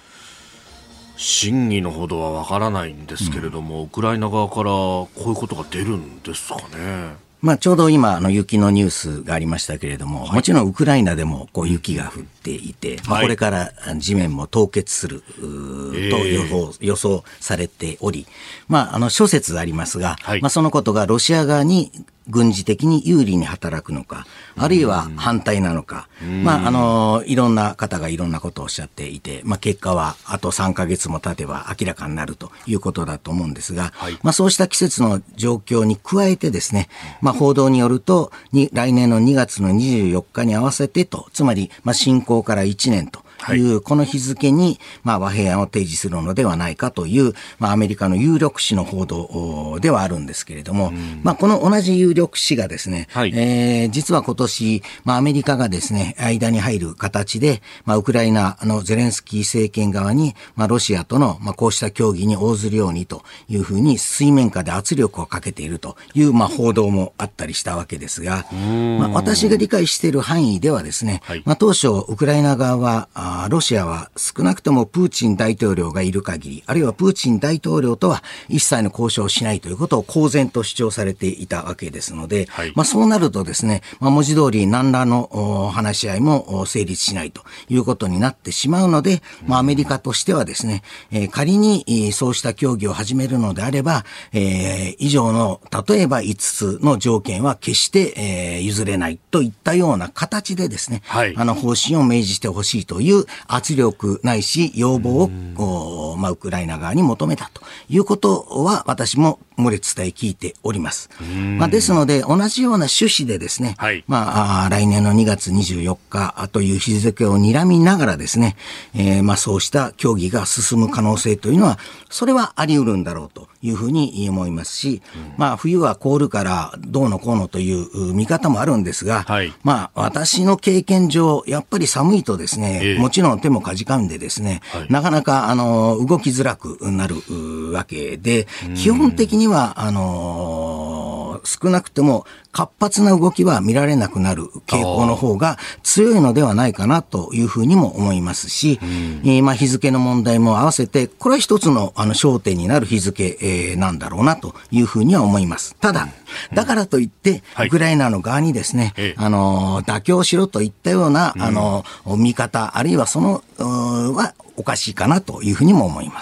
真偽のほどはわからないんですけれども、ウクライナ側からこういうことが出るんですかね。 ちょうど今雪のニュースがありましたけれども、もちろんウクライナでも雪が降っていて、これから地面も凍結すると予想されており、諸説ありますが、そのことがロシア側に軍事的に有利に働くのか、あるいは反対なのか、いろんな方がいろんなことをおっしゃっていて、結果はあと3ヶ月も経てば明らかになるということだと思うんですが、そうした季節の状況に加えてですね、報道によると来年の2月の24日に合わせてと、つまり侵攻から1年というこの日付に和平案を提示するのではないかというアメリカの有力紙の報道ではあるんですけれども、この同じ有力紙がですね、実は今年アメリカがですね間に入る形でウクライナのゼレンスキー政権側にロシアとのこうした協議に応ずるようにというふうに水面下で圧力をかけているという報道もあったりしたわけですが、私が理解している範囲ではですね、当初ウクライナ側はロシアは少なくともプーチン大統領がいる限り、あるいはプーチン大統領とは一切の交渉をしないということを公然と主張されていたわけですので、そうなるとですね、文字通り何らの話し合いも成立しないということになってしまうので、アメリカとしてはですね、仮にそうした協議を始めるのであれば、以上の例えば5つの条件は決して譲れないといったような形でですね、方針を明示してほしいという圧力ないし要望をウクライナ側に求めたということは私も漏れ伝え聞いております。ですので同じような趣旨でですね、来年の2月24日という日付を睨みながらですね、そうした協議が進む可能性というのはそれはあり得るんだろうというふうに思いますし、冬は凍るからどうのこうのという見方もあるんですが、私の経験上やっぱり寒いとですね、もちろん手もかじかんでですね、なかなか動きづらくなるわけで、基本的には少なくとも活発な動きは見られなくなる傾向の方が強いのではないかなというふうにも思いますし、日付の問題も合わせて、これは一つの焦点になる日付、なんだろうなというふうには思います。ただ、だからといって、ウクライナの側にですね、妥協しろといったような、見方、あるいははおかしいかなというふうにも思います。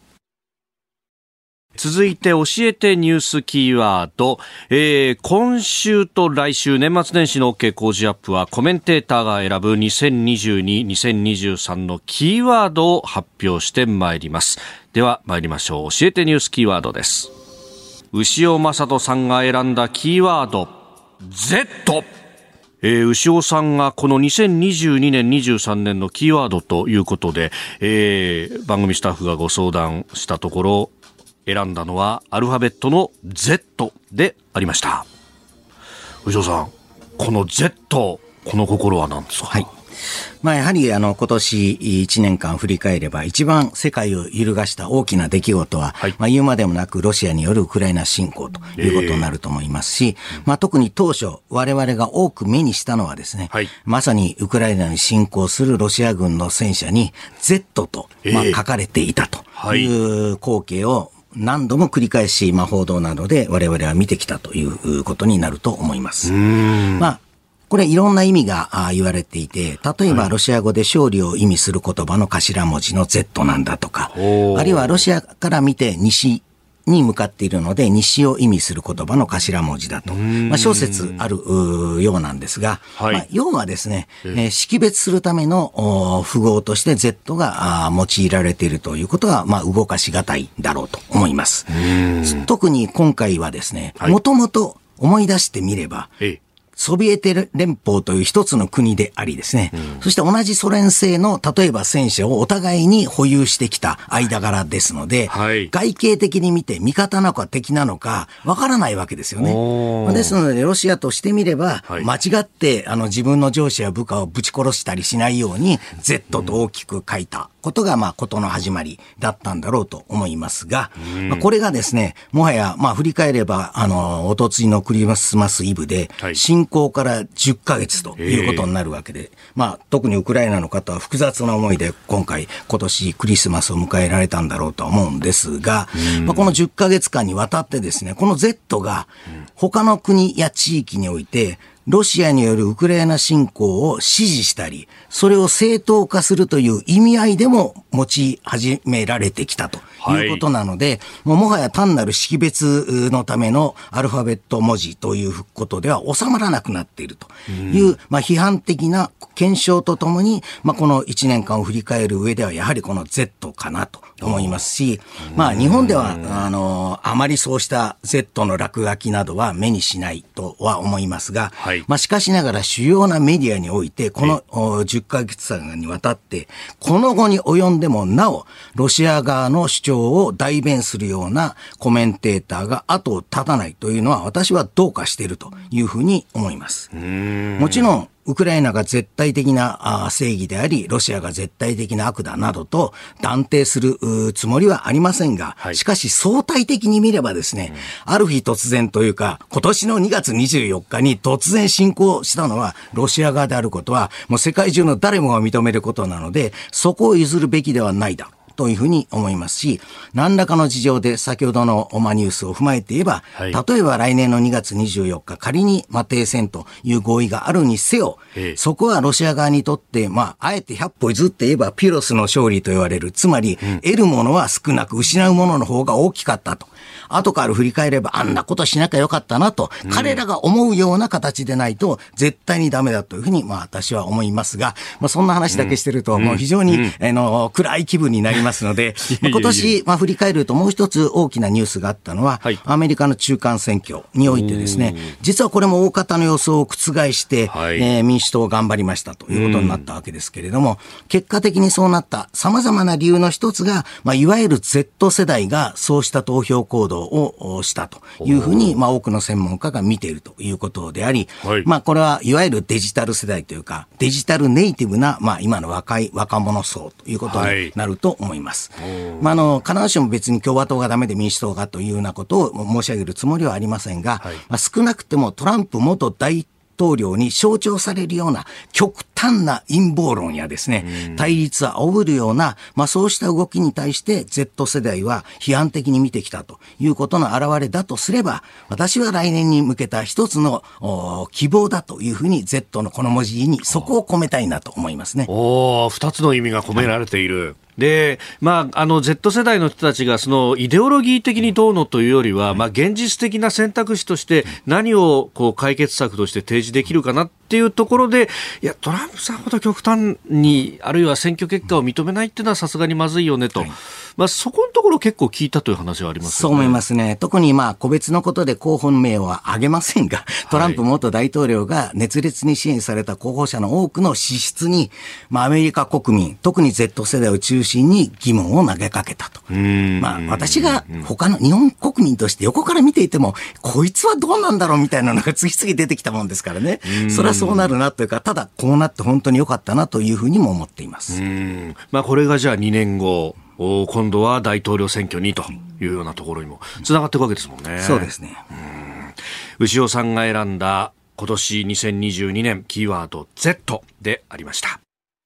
続いて教えてニュースキーワード、今週と来週年末年始の OK 工事アップはコメンテーターが選ぶ2022、2023のキーワードを発表してまいります。では参りましょう。教えてニュースキーワードです。牛尾正人さんが選んだキーワード Z。牛尾さんがこの2022年23年のキーワードということで、番組スタッフがご相談したところ選んだのはアルファベットの Z でありました。牛尾さん、この Z、 この心は何ですか？ はい。やはり今年1年間振り返れば一番世界を揺るがした大きな出来事は、言うまでもなくロシアによるウクライナ侵攻ということになると思いますし、特に当初我々が多く目にしたのはですね、まさにウクライナに侵攻するロシア軍の戦車に Z と書かれていたという光景を何度も繰り返し、報道などで我々は見てきたということになると思います。これいろんな意味が言われていて、例えばロシア語で勝利を意味する言葉の頭文字の Z なんだとか、あるいはロシアから見て西に向かっているので西を意味する言葉の頭文字だと、諸説あるようなんですが、要はですね、識別するための符号として Z が用いられているということは、動かしがたいだろうと思います。特に今回はですね、もともと思い出してみれば、ソビエト連邦という一つの国でありですね、そして同じソ連製の例えば戦車をお互いに保有してきた間柄ですので、外形的に見て味方なのか敵なのかわからないわけですよね。ですのでロシアとしてみれば、間違って自分の上司や部下をぶち殺したりしないように Z と大きく書いたことが事の始まりだったんだろうと思いますが、これがですね、もはや振り返ればおとついのクリスマスイブで、侵攻から10ヶ月ということになるわけで、特にウクライナの方は複雑な思いで今年クリスマスを迎えられたんだろうと思うんですが、この10ヶ月間にわたってですね、この Z が他の国や地域においてロシアによるウクライナ侵攻を支持したり、それを正当化するという意味合いでも持ち始められてきたということなので、もはや単なる識別のためのアルファベット文字ということでは収まらなくなっているという、批判的な検証とともに、この1年間を振り返る上ではやはりこの Z かなと思いますし、日本ではあまりそうした Z の落書きなどは目にしないとは思いますが、しかしながら主要なメディアにおいてこの10ヶ月間にわたってこの後に及んでもなおロシア側の主張を代弁するようなコメンテーターが後を絶たないというのは私はどうかしているというふうに思います。もちろんウクライナが絶対的な正義であり、ロシアが絶対的な悪だなどと断定するつもりはありませんが、しかし相対的に見ればですね、ある日突然というか、今年の2月24日に突然侵攻したのはロシア側であることは、もう世界中の誰もが認めることなので、そこを譲るべきではないだというふうに思いますし、何らかの事情で先ほどのニュースを踏まえて言えば、例えば来年の2月24日仮に停戦という合意があるにせよ、そこはロシア側にとってあえて100歩譲って言えばピロスの勝利と言われる、つまり得るものは少なく失うものの方が大きかったと。後から振り返ればあんなことしなきゃよかったなと、彼らが思うような形でないと絶対にダメだというふうに私は思いますが、そんな話だけしてるともう非常に暗い気分になりますので、今年振り返るともう一つ大きなニュースがあったのは、アメリカの中間選挙においてですね、実はこれも大方の予想を覆して民主党を頑張りましたということになったわけですけれども、結果的にそうなった様々な理由の一つが、いわゆる Z 世代がそうした投票行動をしたというふうに、多くの専門家が見ているということであり、これはいわゆるデジタル世代というか、デジタルネイティブな、今の若者層ということになると思います。必ずしも別に共和党がダメで民主党がというようなことを申し上げるつもりはありませんが、少なくてもトランプ元大統領に象徴されるような極端な陰謀論やですね、対立を煽るような、そうした動きに対して Z 世代は批判的に見てきたということの表れだとすれば、私は来年に向けた一つの希望だというふうに Z のこの文字にそこを込めたいなと思いますね。 二つの意味が込められている。で、Z 世代の人たちがそのイデオロギー的にどうのというよりは、現実的な選択肢として何を解決策として提示できるかなっていうところで、いや、トランプさんほど極端に、あるいは選挙結果を認めないっていうのはさすがにまずいよねと。そこのところ結構聞いたという話はありますよね。 そう思いますね。特に個別のことで候補名は挙げませんが、トランプ元大統領が熱烈に支援された候補者の多くの資質に、アメリカ国民、特に Z 世代を中心に疑問を投げかけたと。私が他の日本国民として横から見ていても、こいつはどうなんだろうみたいなのが次々出てきたもんですからね。それはそうなるなというか、ただこうなって本当に良かったなというふうにも思っています。 これがじゃあ2年後。今度は大統領選挙にというようなところにもつながっていくわけですもんね。 そうですね。 牛尾さんが選んだ今年2022年キーワード Z でありました。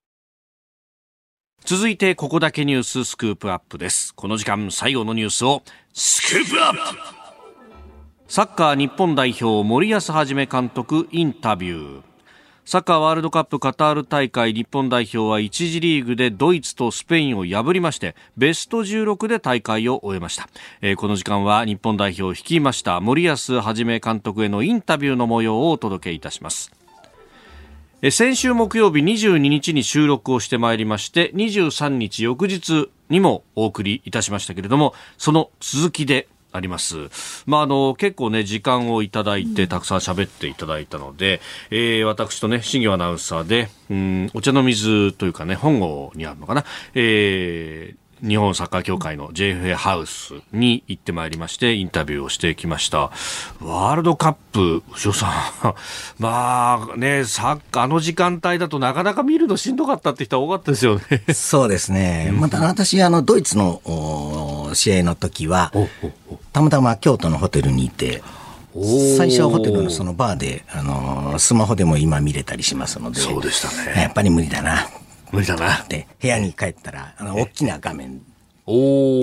続いてここだけニューススクープアップです。この時間最後のニュースをスクープアップ。サッカー日本代表森保一監督インタビュー。サッカーワールドカップカタール大会日本代表は1次リーグでドイツとスペインを破りましてベスト16で大会を終えました。この時間は日本代表を率いました森保一監督へのインタビューの模様をお届けいたします。先週木曜日22日に収録をしてまいりまして23日翌日にもお送りいたしましたけれども、その続きであります。結構ね、時間をいただいて、たくさん喋っていただいたので、私とね、新業アナウンサーで、お茶の水というかね、本郷にあるのかな、日本サッカー協会の JFA ハウスに行ってまいりまして、インタビューをしてきました。ワールドカップ、牛尾さん、サッカー、あの時間帯だとなかなか見るのしんどかったって人は多かったですよね。 そうですね。また私、ドイツの試合の時は、たまたま京都のホテルにいて、最初はホテルのそのバーで、スマホでも今見れたりしますので、 そうでしたね。 やっぱり無理だな。 無理だな。 で、部屋に帰ったら、大きな画面。そ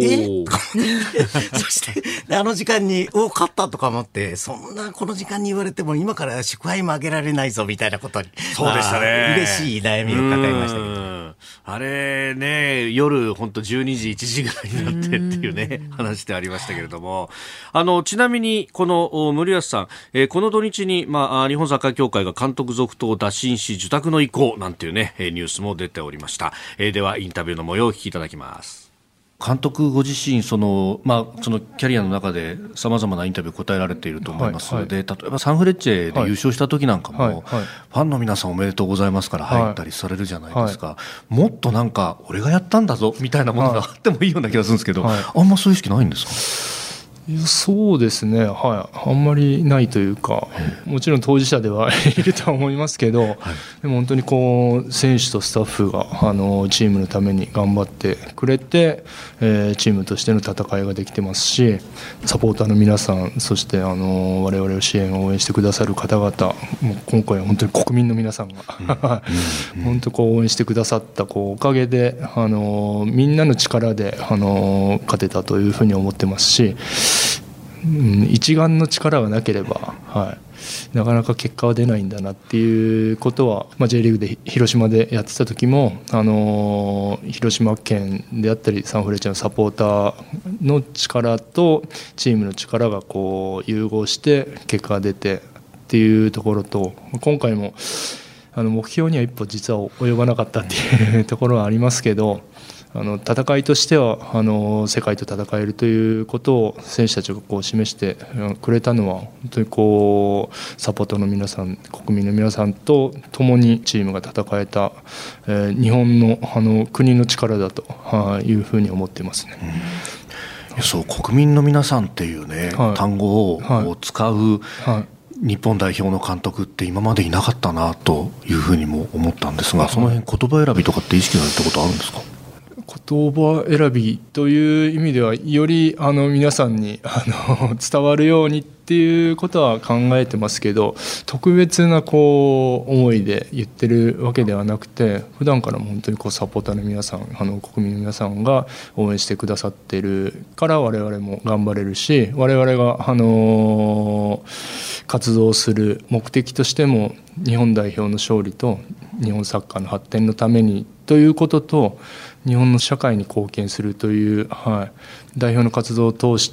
してあの時間に勝ったとか思って、そんなこの時間に言われても今から祝杯もあげられないぞみたいなことに、 そうでしたね。 嬉しい悩みを抱えましたけど、 あれね、夜本当12時1時ぐらいになってっていうね話でありましたけれども、ちなみにこの森保さん、この土日に日本サッカー協会が監督続投を打診し受託の意向なんていうねニュースも出ておりました。ではインタビューの模様をお聞きいただきます。監督ご自身そのキャリアの中でさまざまなインタビュー答えられていると思いますので、例えばサンフレッチェで優勝した時なんかも、ファンの皆さんおめでとうございますから入ったりされるじゃないですか、もっとなんか俺がやったんだぞみたいなものがあってもいいような気がするんですけど、あんまそういう意識ないんですか？ そうですね、あんまりないというか、もちろん当事者ではいるとは思いますけど、でも本当に選手とスタッフがチームのために頑張ってくれて、チームとしての戦いができてますし、サポーターの皆さん、そして我々を支援応援してくださる方々、もう今回は本当に国民の皆さんが本当応援してくださったおかげでみんなの力で勝てたというふうに思ってますし、一丸の力がなければ、なかなか結果は出ないんだなっていうことは、J リーグで広島でやってた時も広島県であったりサンフレッチェのサポーターの力とチームの力が融合して結果が出てっていうところと、今回も目標には一歩実は及ばなかったっていうところはありますけど、戦いとしては世界と戦えるということを選手たちが示してくれたのは、本当にサポーターの皆さん、国民の皆さんと共にチームが戦えた、日本の国の力だというふうに思っていますね。 そう、国民の皆さんっていうね、単語を使う、日本代表の監督って今までいなかったなというふうにも思ったんですが、その辺言葉選びとかって意識されたことあるんですか？ 言葉選びという意味ではより皆さんに伝わるようにっていうことは考えてますけど、特別な思いで言ってるわけではなくて、普段からも本当にサポーターの皆さん国民の皆さんが応援してくださってるから我々も頑張れるし、我々が活動する目的としても日本代表の勝利と日本サッカーの発展のためにということと、日本の社会に貢献するという、代表の活動を通して、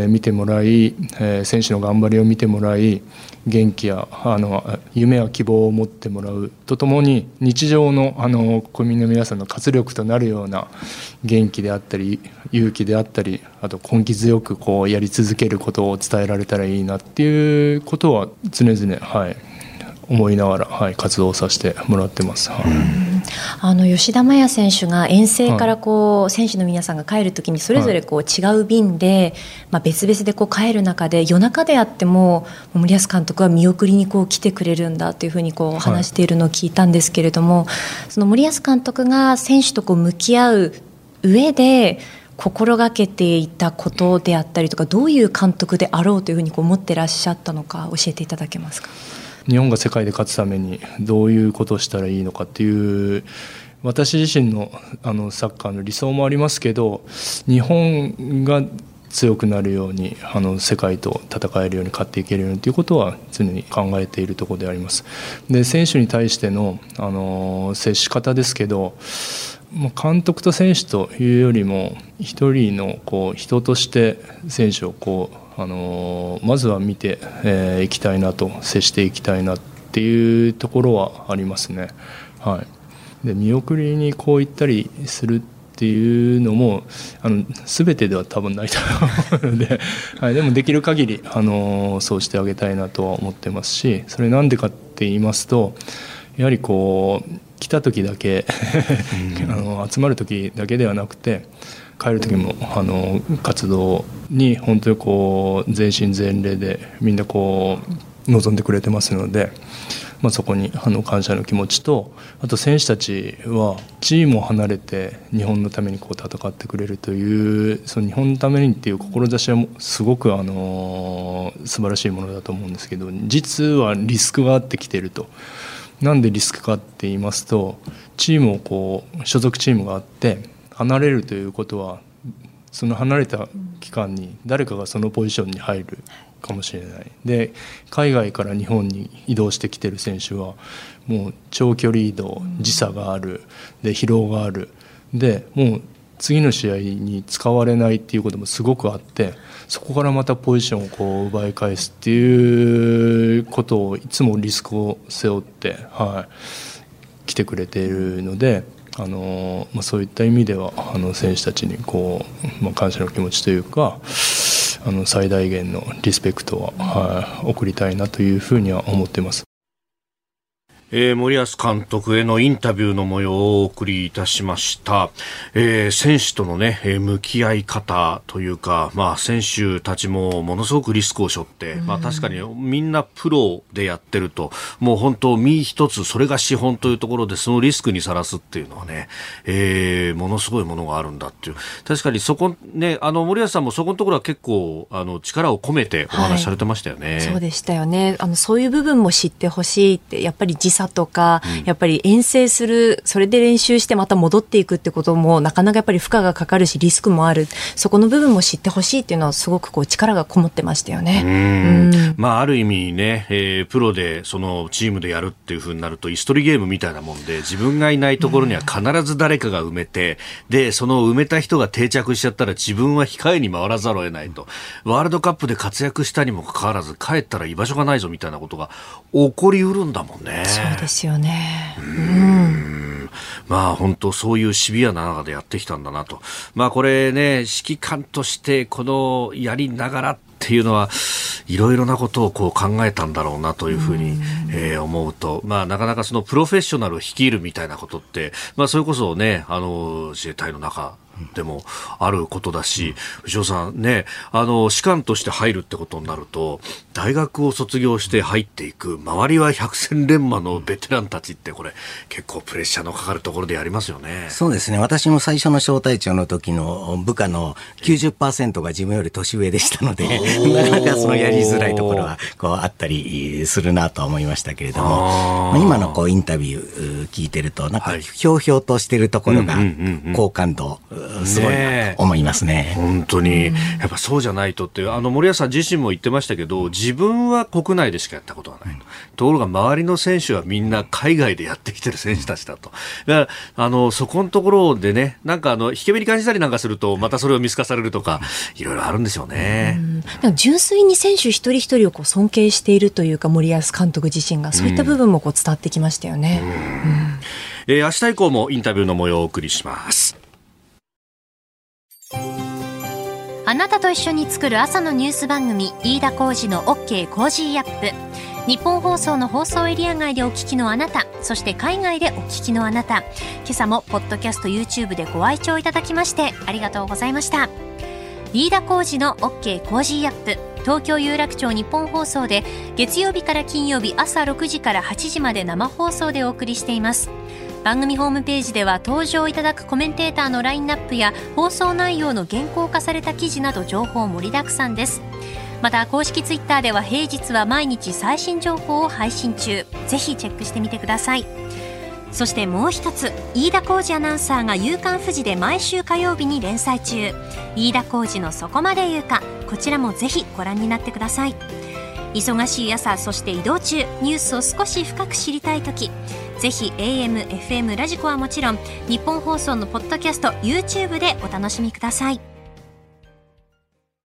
見てもらい、選手の頑張りを見てもらい、元気や夢や希望を持ってもらうとともに、日常の国民の皆さんの活力となるような元気であったり勇気であったり、あと根気強くやり続けることを伝えられたらいいなっていうことは常々、思いながら、活動させてもらってます。 吉田麻也選手が遠征から選手の皆さんが帰るときにそれぞれ違う便で、別々で帰る中で、夜中であっても森保監督は見送りに来てくれるんだというふうに話しているのを聞いたんですけれども、その森保監督が選手と向き合う上で心がけていたことであったりとか、どういう監督であろうというふうに思ってらっしゃったのか教えていただけますか？ 日本が世界で勝つためにどういうことをしたらいいのかっていう、私自身のサッカーの理想もありますけど、日本が強くなるように世界と戦えるように勝っていけるようにということは常に考えているところであります。で、選手に対しての接し方ですけど、監督と選手というよりも一人の人として選手をまずは見ていきたいなと、接していきたいなっていうところはありますね。で、見送りに行ったりするっていうのも全てでは多分ないと思うので、でもできる限りそうしてあげたいなとは思ってますし、それなんでかって言いますと、やはり来た時だけ集まる時だけではなくて、帰る時も活動に本当に全身全霊でみんな望んでくれてますので、そこに感謝の気持ちと、あと選手たちはチームを離れて日本のために戦ってくれるという、その日本のためにっていう志はすごく素晴らしいものだと思うんですけど、実はリスクがあってきていると。なんでリスクかって言いますと、チームを所属チームがあって離れるということは、その離れた期間に誰かがそのポジションに入るかもしれない。で、海外から日本に移動してきてる選手はもう長距離移動、時差がある、で疲労がある、でもう次の試合に使われないっていうこともすごくあって、そこからまたポジションを奪い返すっていうことをいつもリスクを背負って、来てくれているので、そういった意味では選手たちに感謝の気持ちというか、最大限のリスペクトは、送りたいなというふうには思っています。 森保監督へのインタビューの模様をお送りいたしました。選手とのね、向き合い方というか、選手たちもものすごくリスクを背負って、確かにみんなプロでやってると、もう本当身一つ、それが資本というところでそのリスクにさらすっていうのはね、ものすごいものがあるんだっていう。確かにそこね、森保さんもそこのところは結構力を込めてお話しされてましたよね。 そうでしたよね。そういう部分も知ってほしいって、やっぱり時差とか、やっぱり遠征する、それで練習してまた戻っていくってこともなかなかやっぱり負荷がかかるしリスクもある、そこの部分も知ってほしいっていうのはすごく力がこもってましたよね。 ある意味ね、プロでそのチームでやるっていう風になるとイス取りゲームみたいなもんで、自分がいないところには必ず誰かが埋めて、でその埋めた人が定着しちゃったら自分は控えに回らざるを得ないと。ワールドカップで活躍したにもかかわらず帰ったら居場所がないぞみたいなことが起こりうるんだもんね。 そうですよね。 本当そういうシビアな中でやってきたんだなと。これね、指揮官としてこのやりながらっていうのはいろいろなことを考えたんだろうなというふうに、思うと、なかなかそのプロフェッショナルを率いるみたいなことって、それこそね、自衛隊の中でもあることだし、藤尾さんね、士官として入るってことになると、大学を卒業して入っていく、周りは百戦錬磨のベテランたちって、これ結構プレッシャーのかかるところでやりますよね。 そうですね。私も最初の小隊長の時の部下の 90% が自分より年上でしたので、なかなかそのやりづらいところはあったりするなとは思いましたけれども、今のインタビュー聞いてると、なんかひょうひょうとしてるところが好感度すごいなと思いますね。 本当にやっぱそうじゃないとって、森保さん自身も言ってましたけど、自分は国内でしかやったことがない、ところが周りの選手はみんな海外でやってきてる選手たちだと。だからそこのところでね、なんか引け目に感じたりなんかすると、またそれを見透かされるとか、いろいろあるんでしょうね。 でも純粋に選手一人一人を尊敬しているというか、森保監督自身がそういった部分も伝わってきましたよね。 明日以降もインタビューの模様をお送りします。 あなたと一緒に作る朝のニュース番組、飯田浩司の OK コージーアップ。日本放送の放送エリア外でお聞きのあなた、そして海外でお聞きのあなた、今朝もポッドキャスト YouTube でご愛聴いただきましてありがとうございました。飯田浩司の OK コージーアップ、東京有楽町日本放送で月曜日から金曜日朝6時から8時まで生放送でお送りしています。番組ホームページでは登場いただくコメンテーターのラインナップや放送内容の原稿化された記事など情報盛りだくさんです。また公式ツイッターでは平日は毎日最新情報を配信中、ぜひチェックしてみてください。そしてもう一つ、飯田浩司アナウンサーが夕刊フジで毎週火曜日に連載中、飯田浩司のそこまで言うか、こちらもぜひご覧になってください。忙しい朝、そして移動中、ニュースを少し深く知りたいとき、ぜひ AM、FM、ラジコはもちろん日本放送のポッドキャスト YouTube でお楽しみください。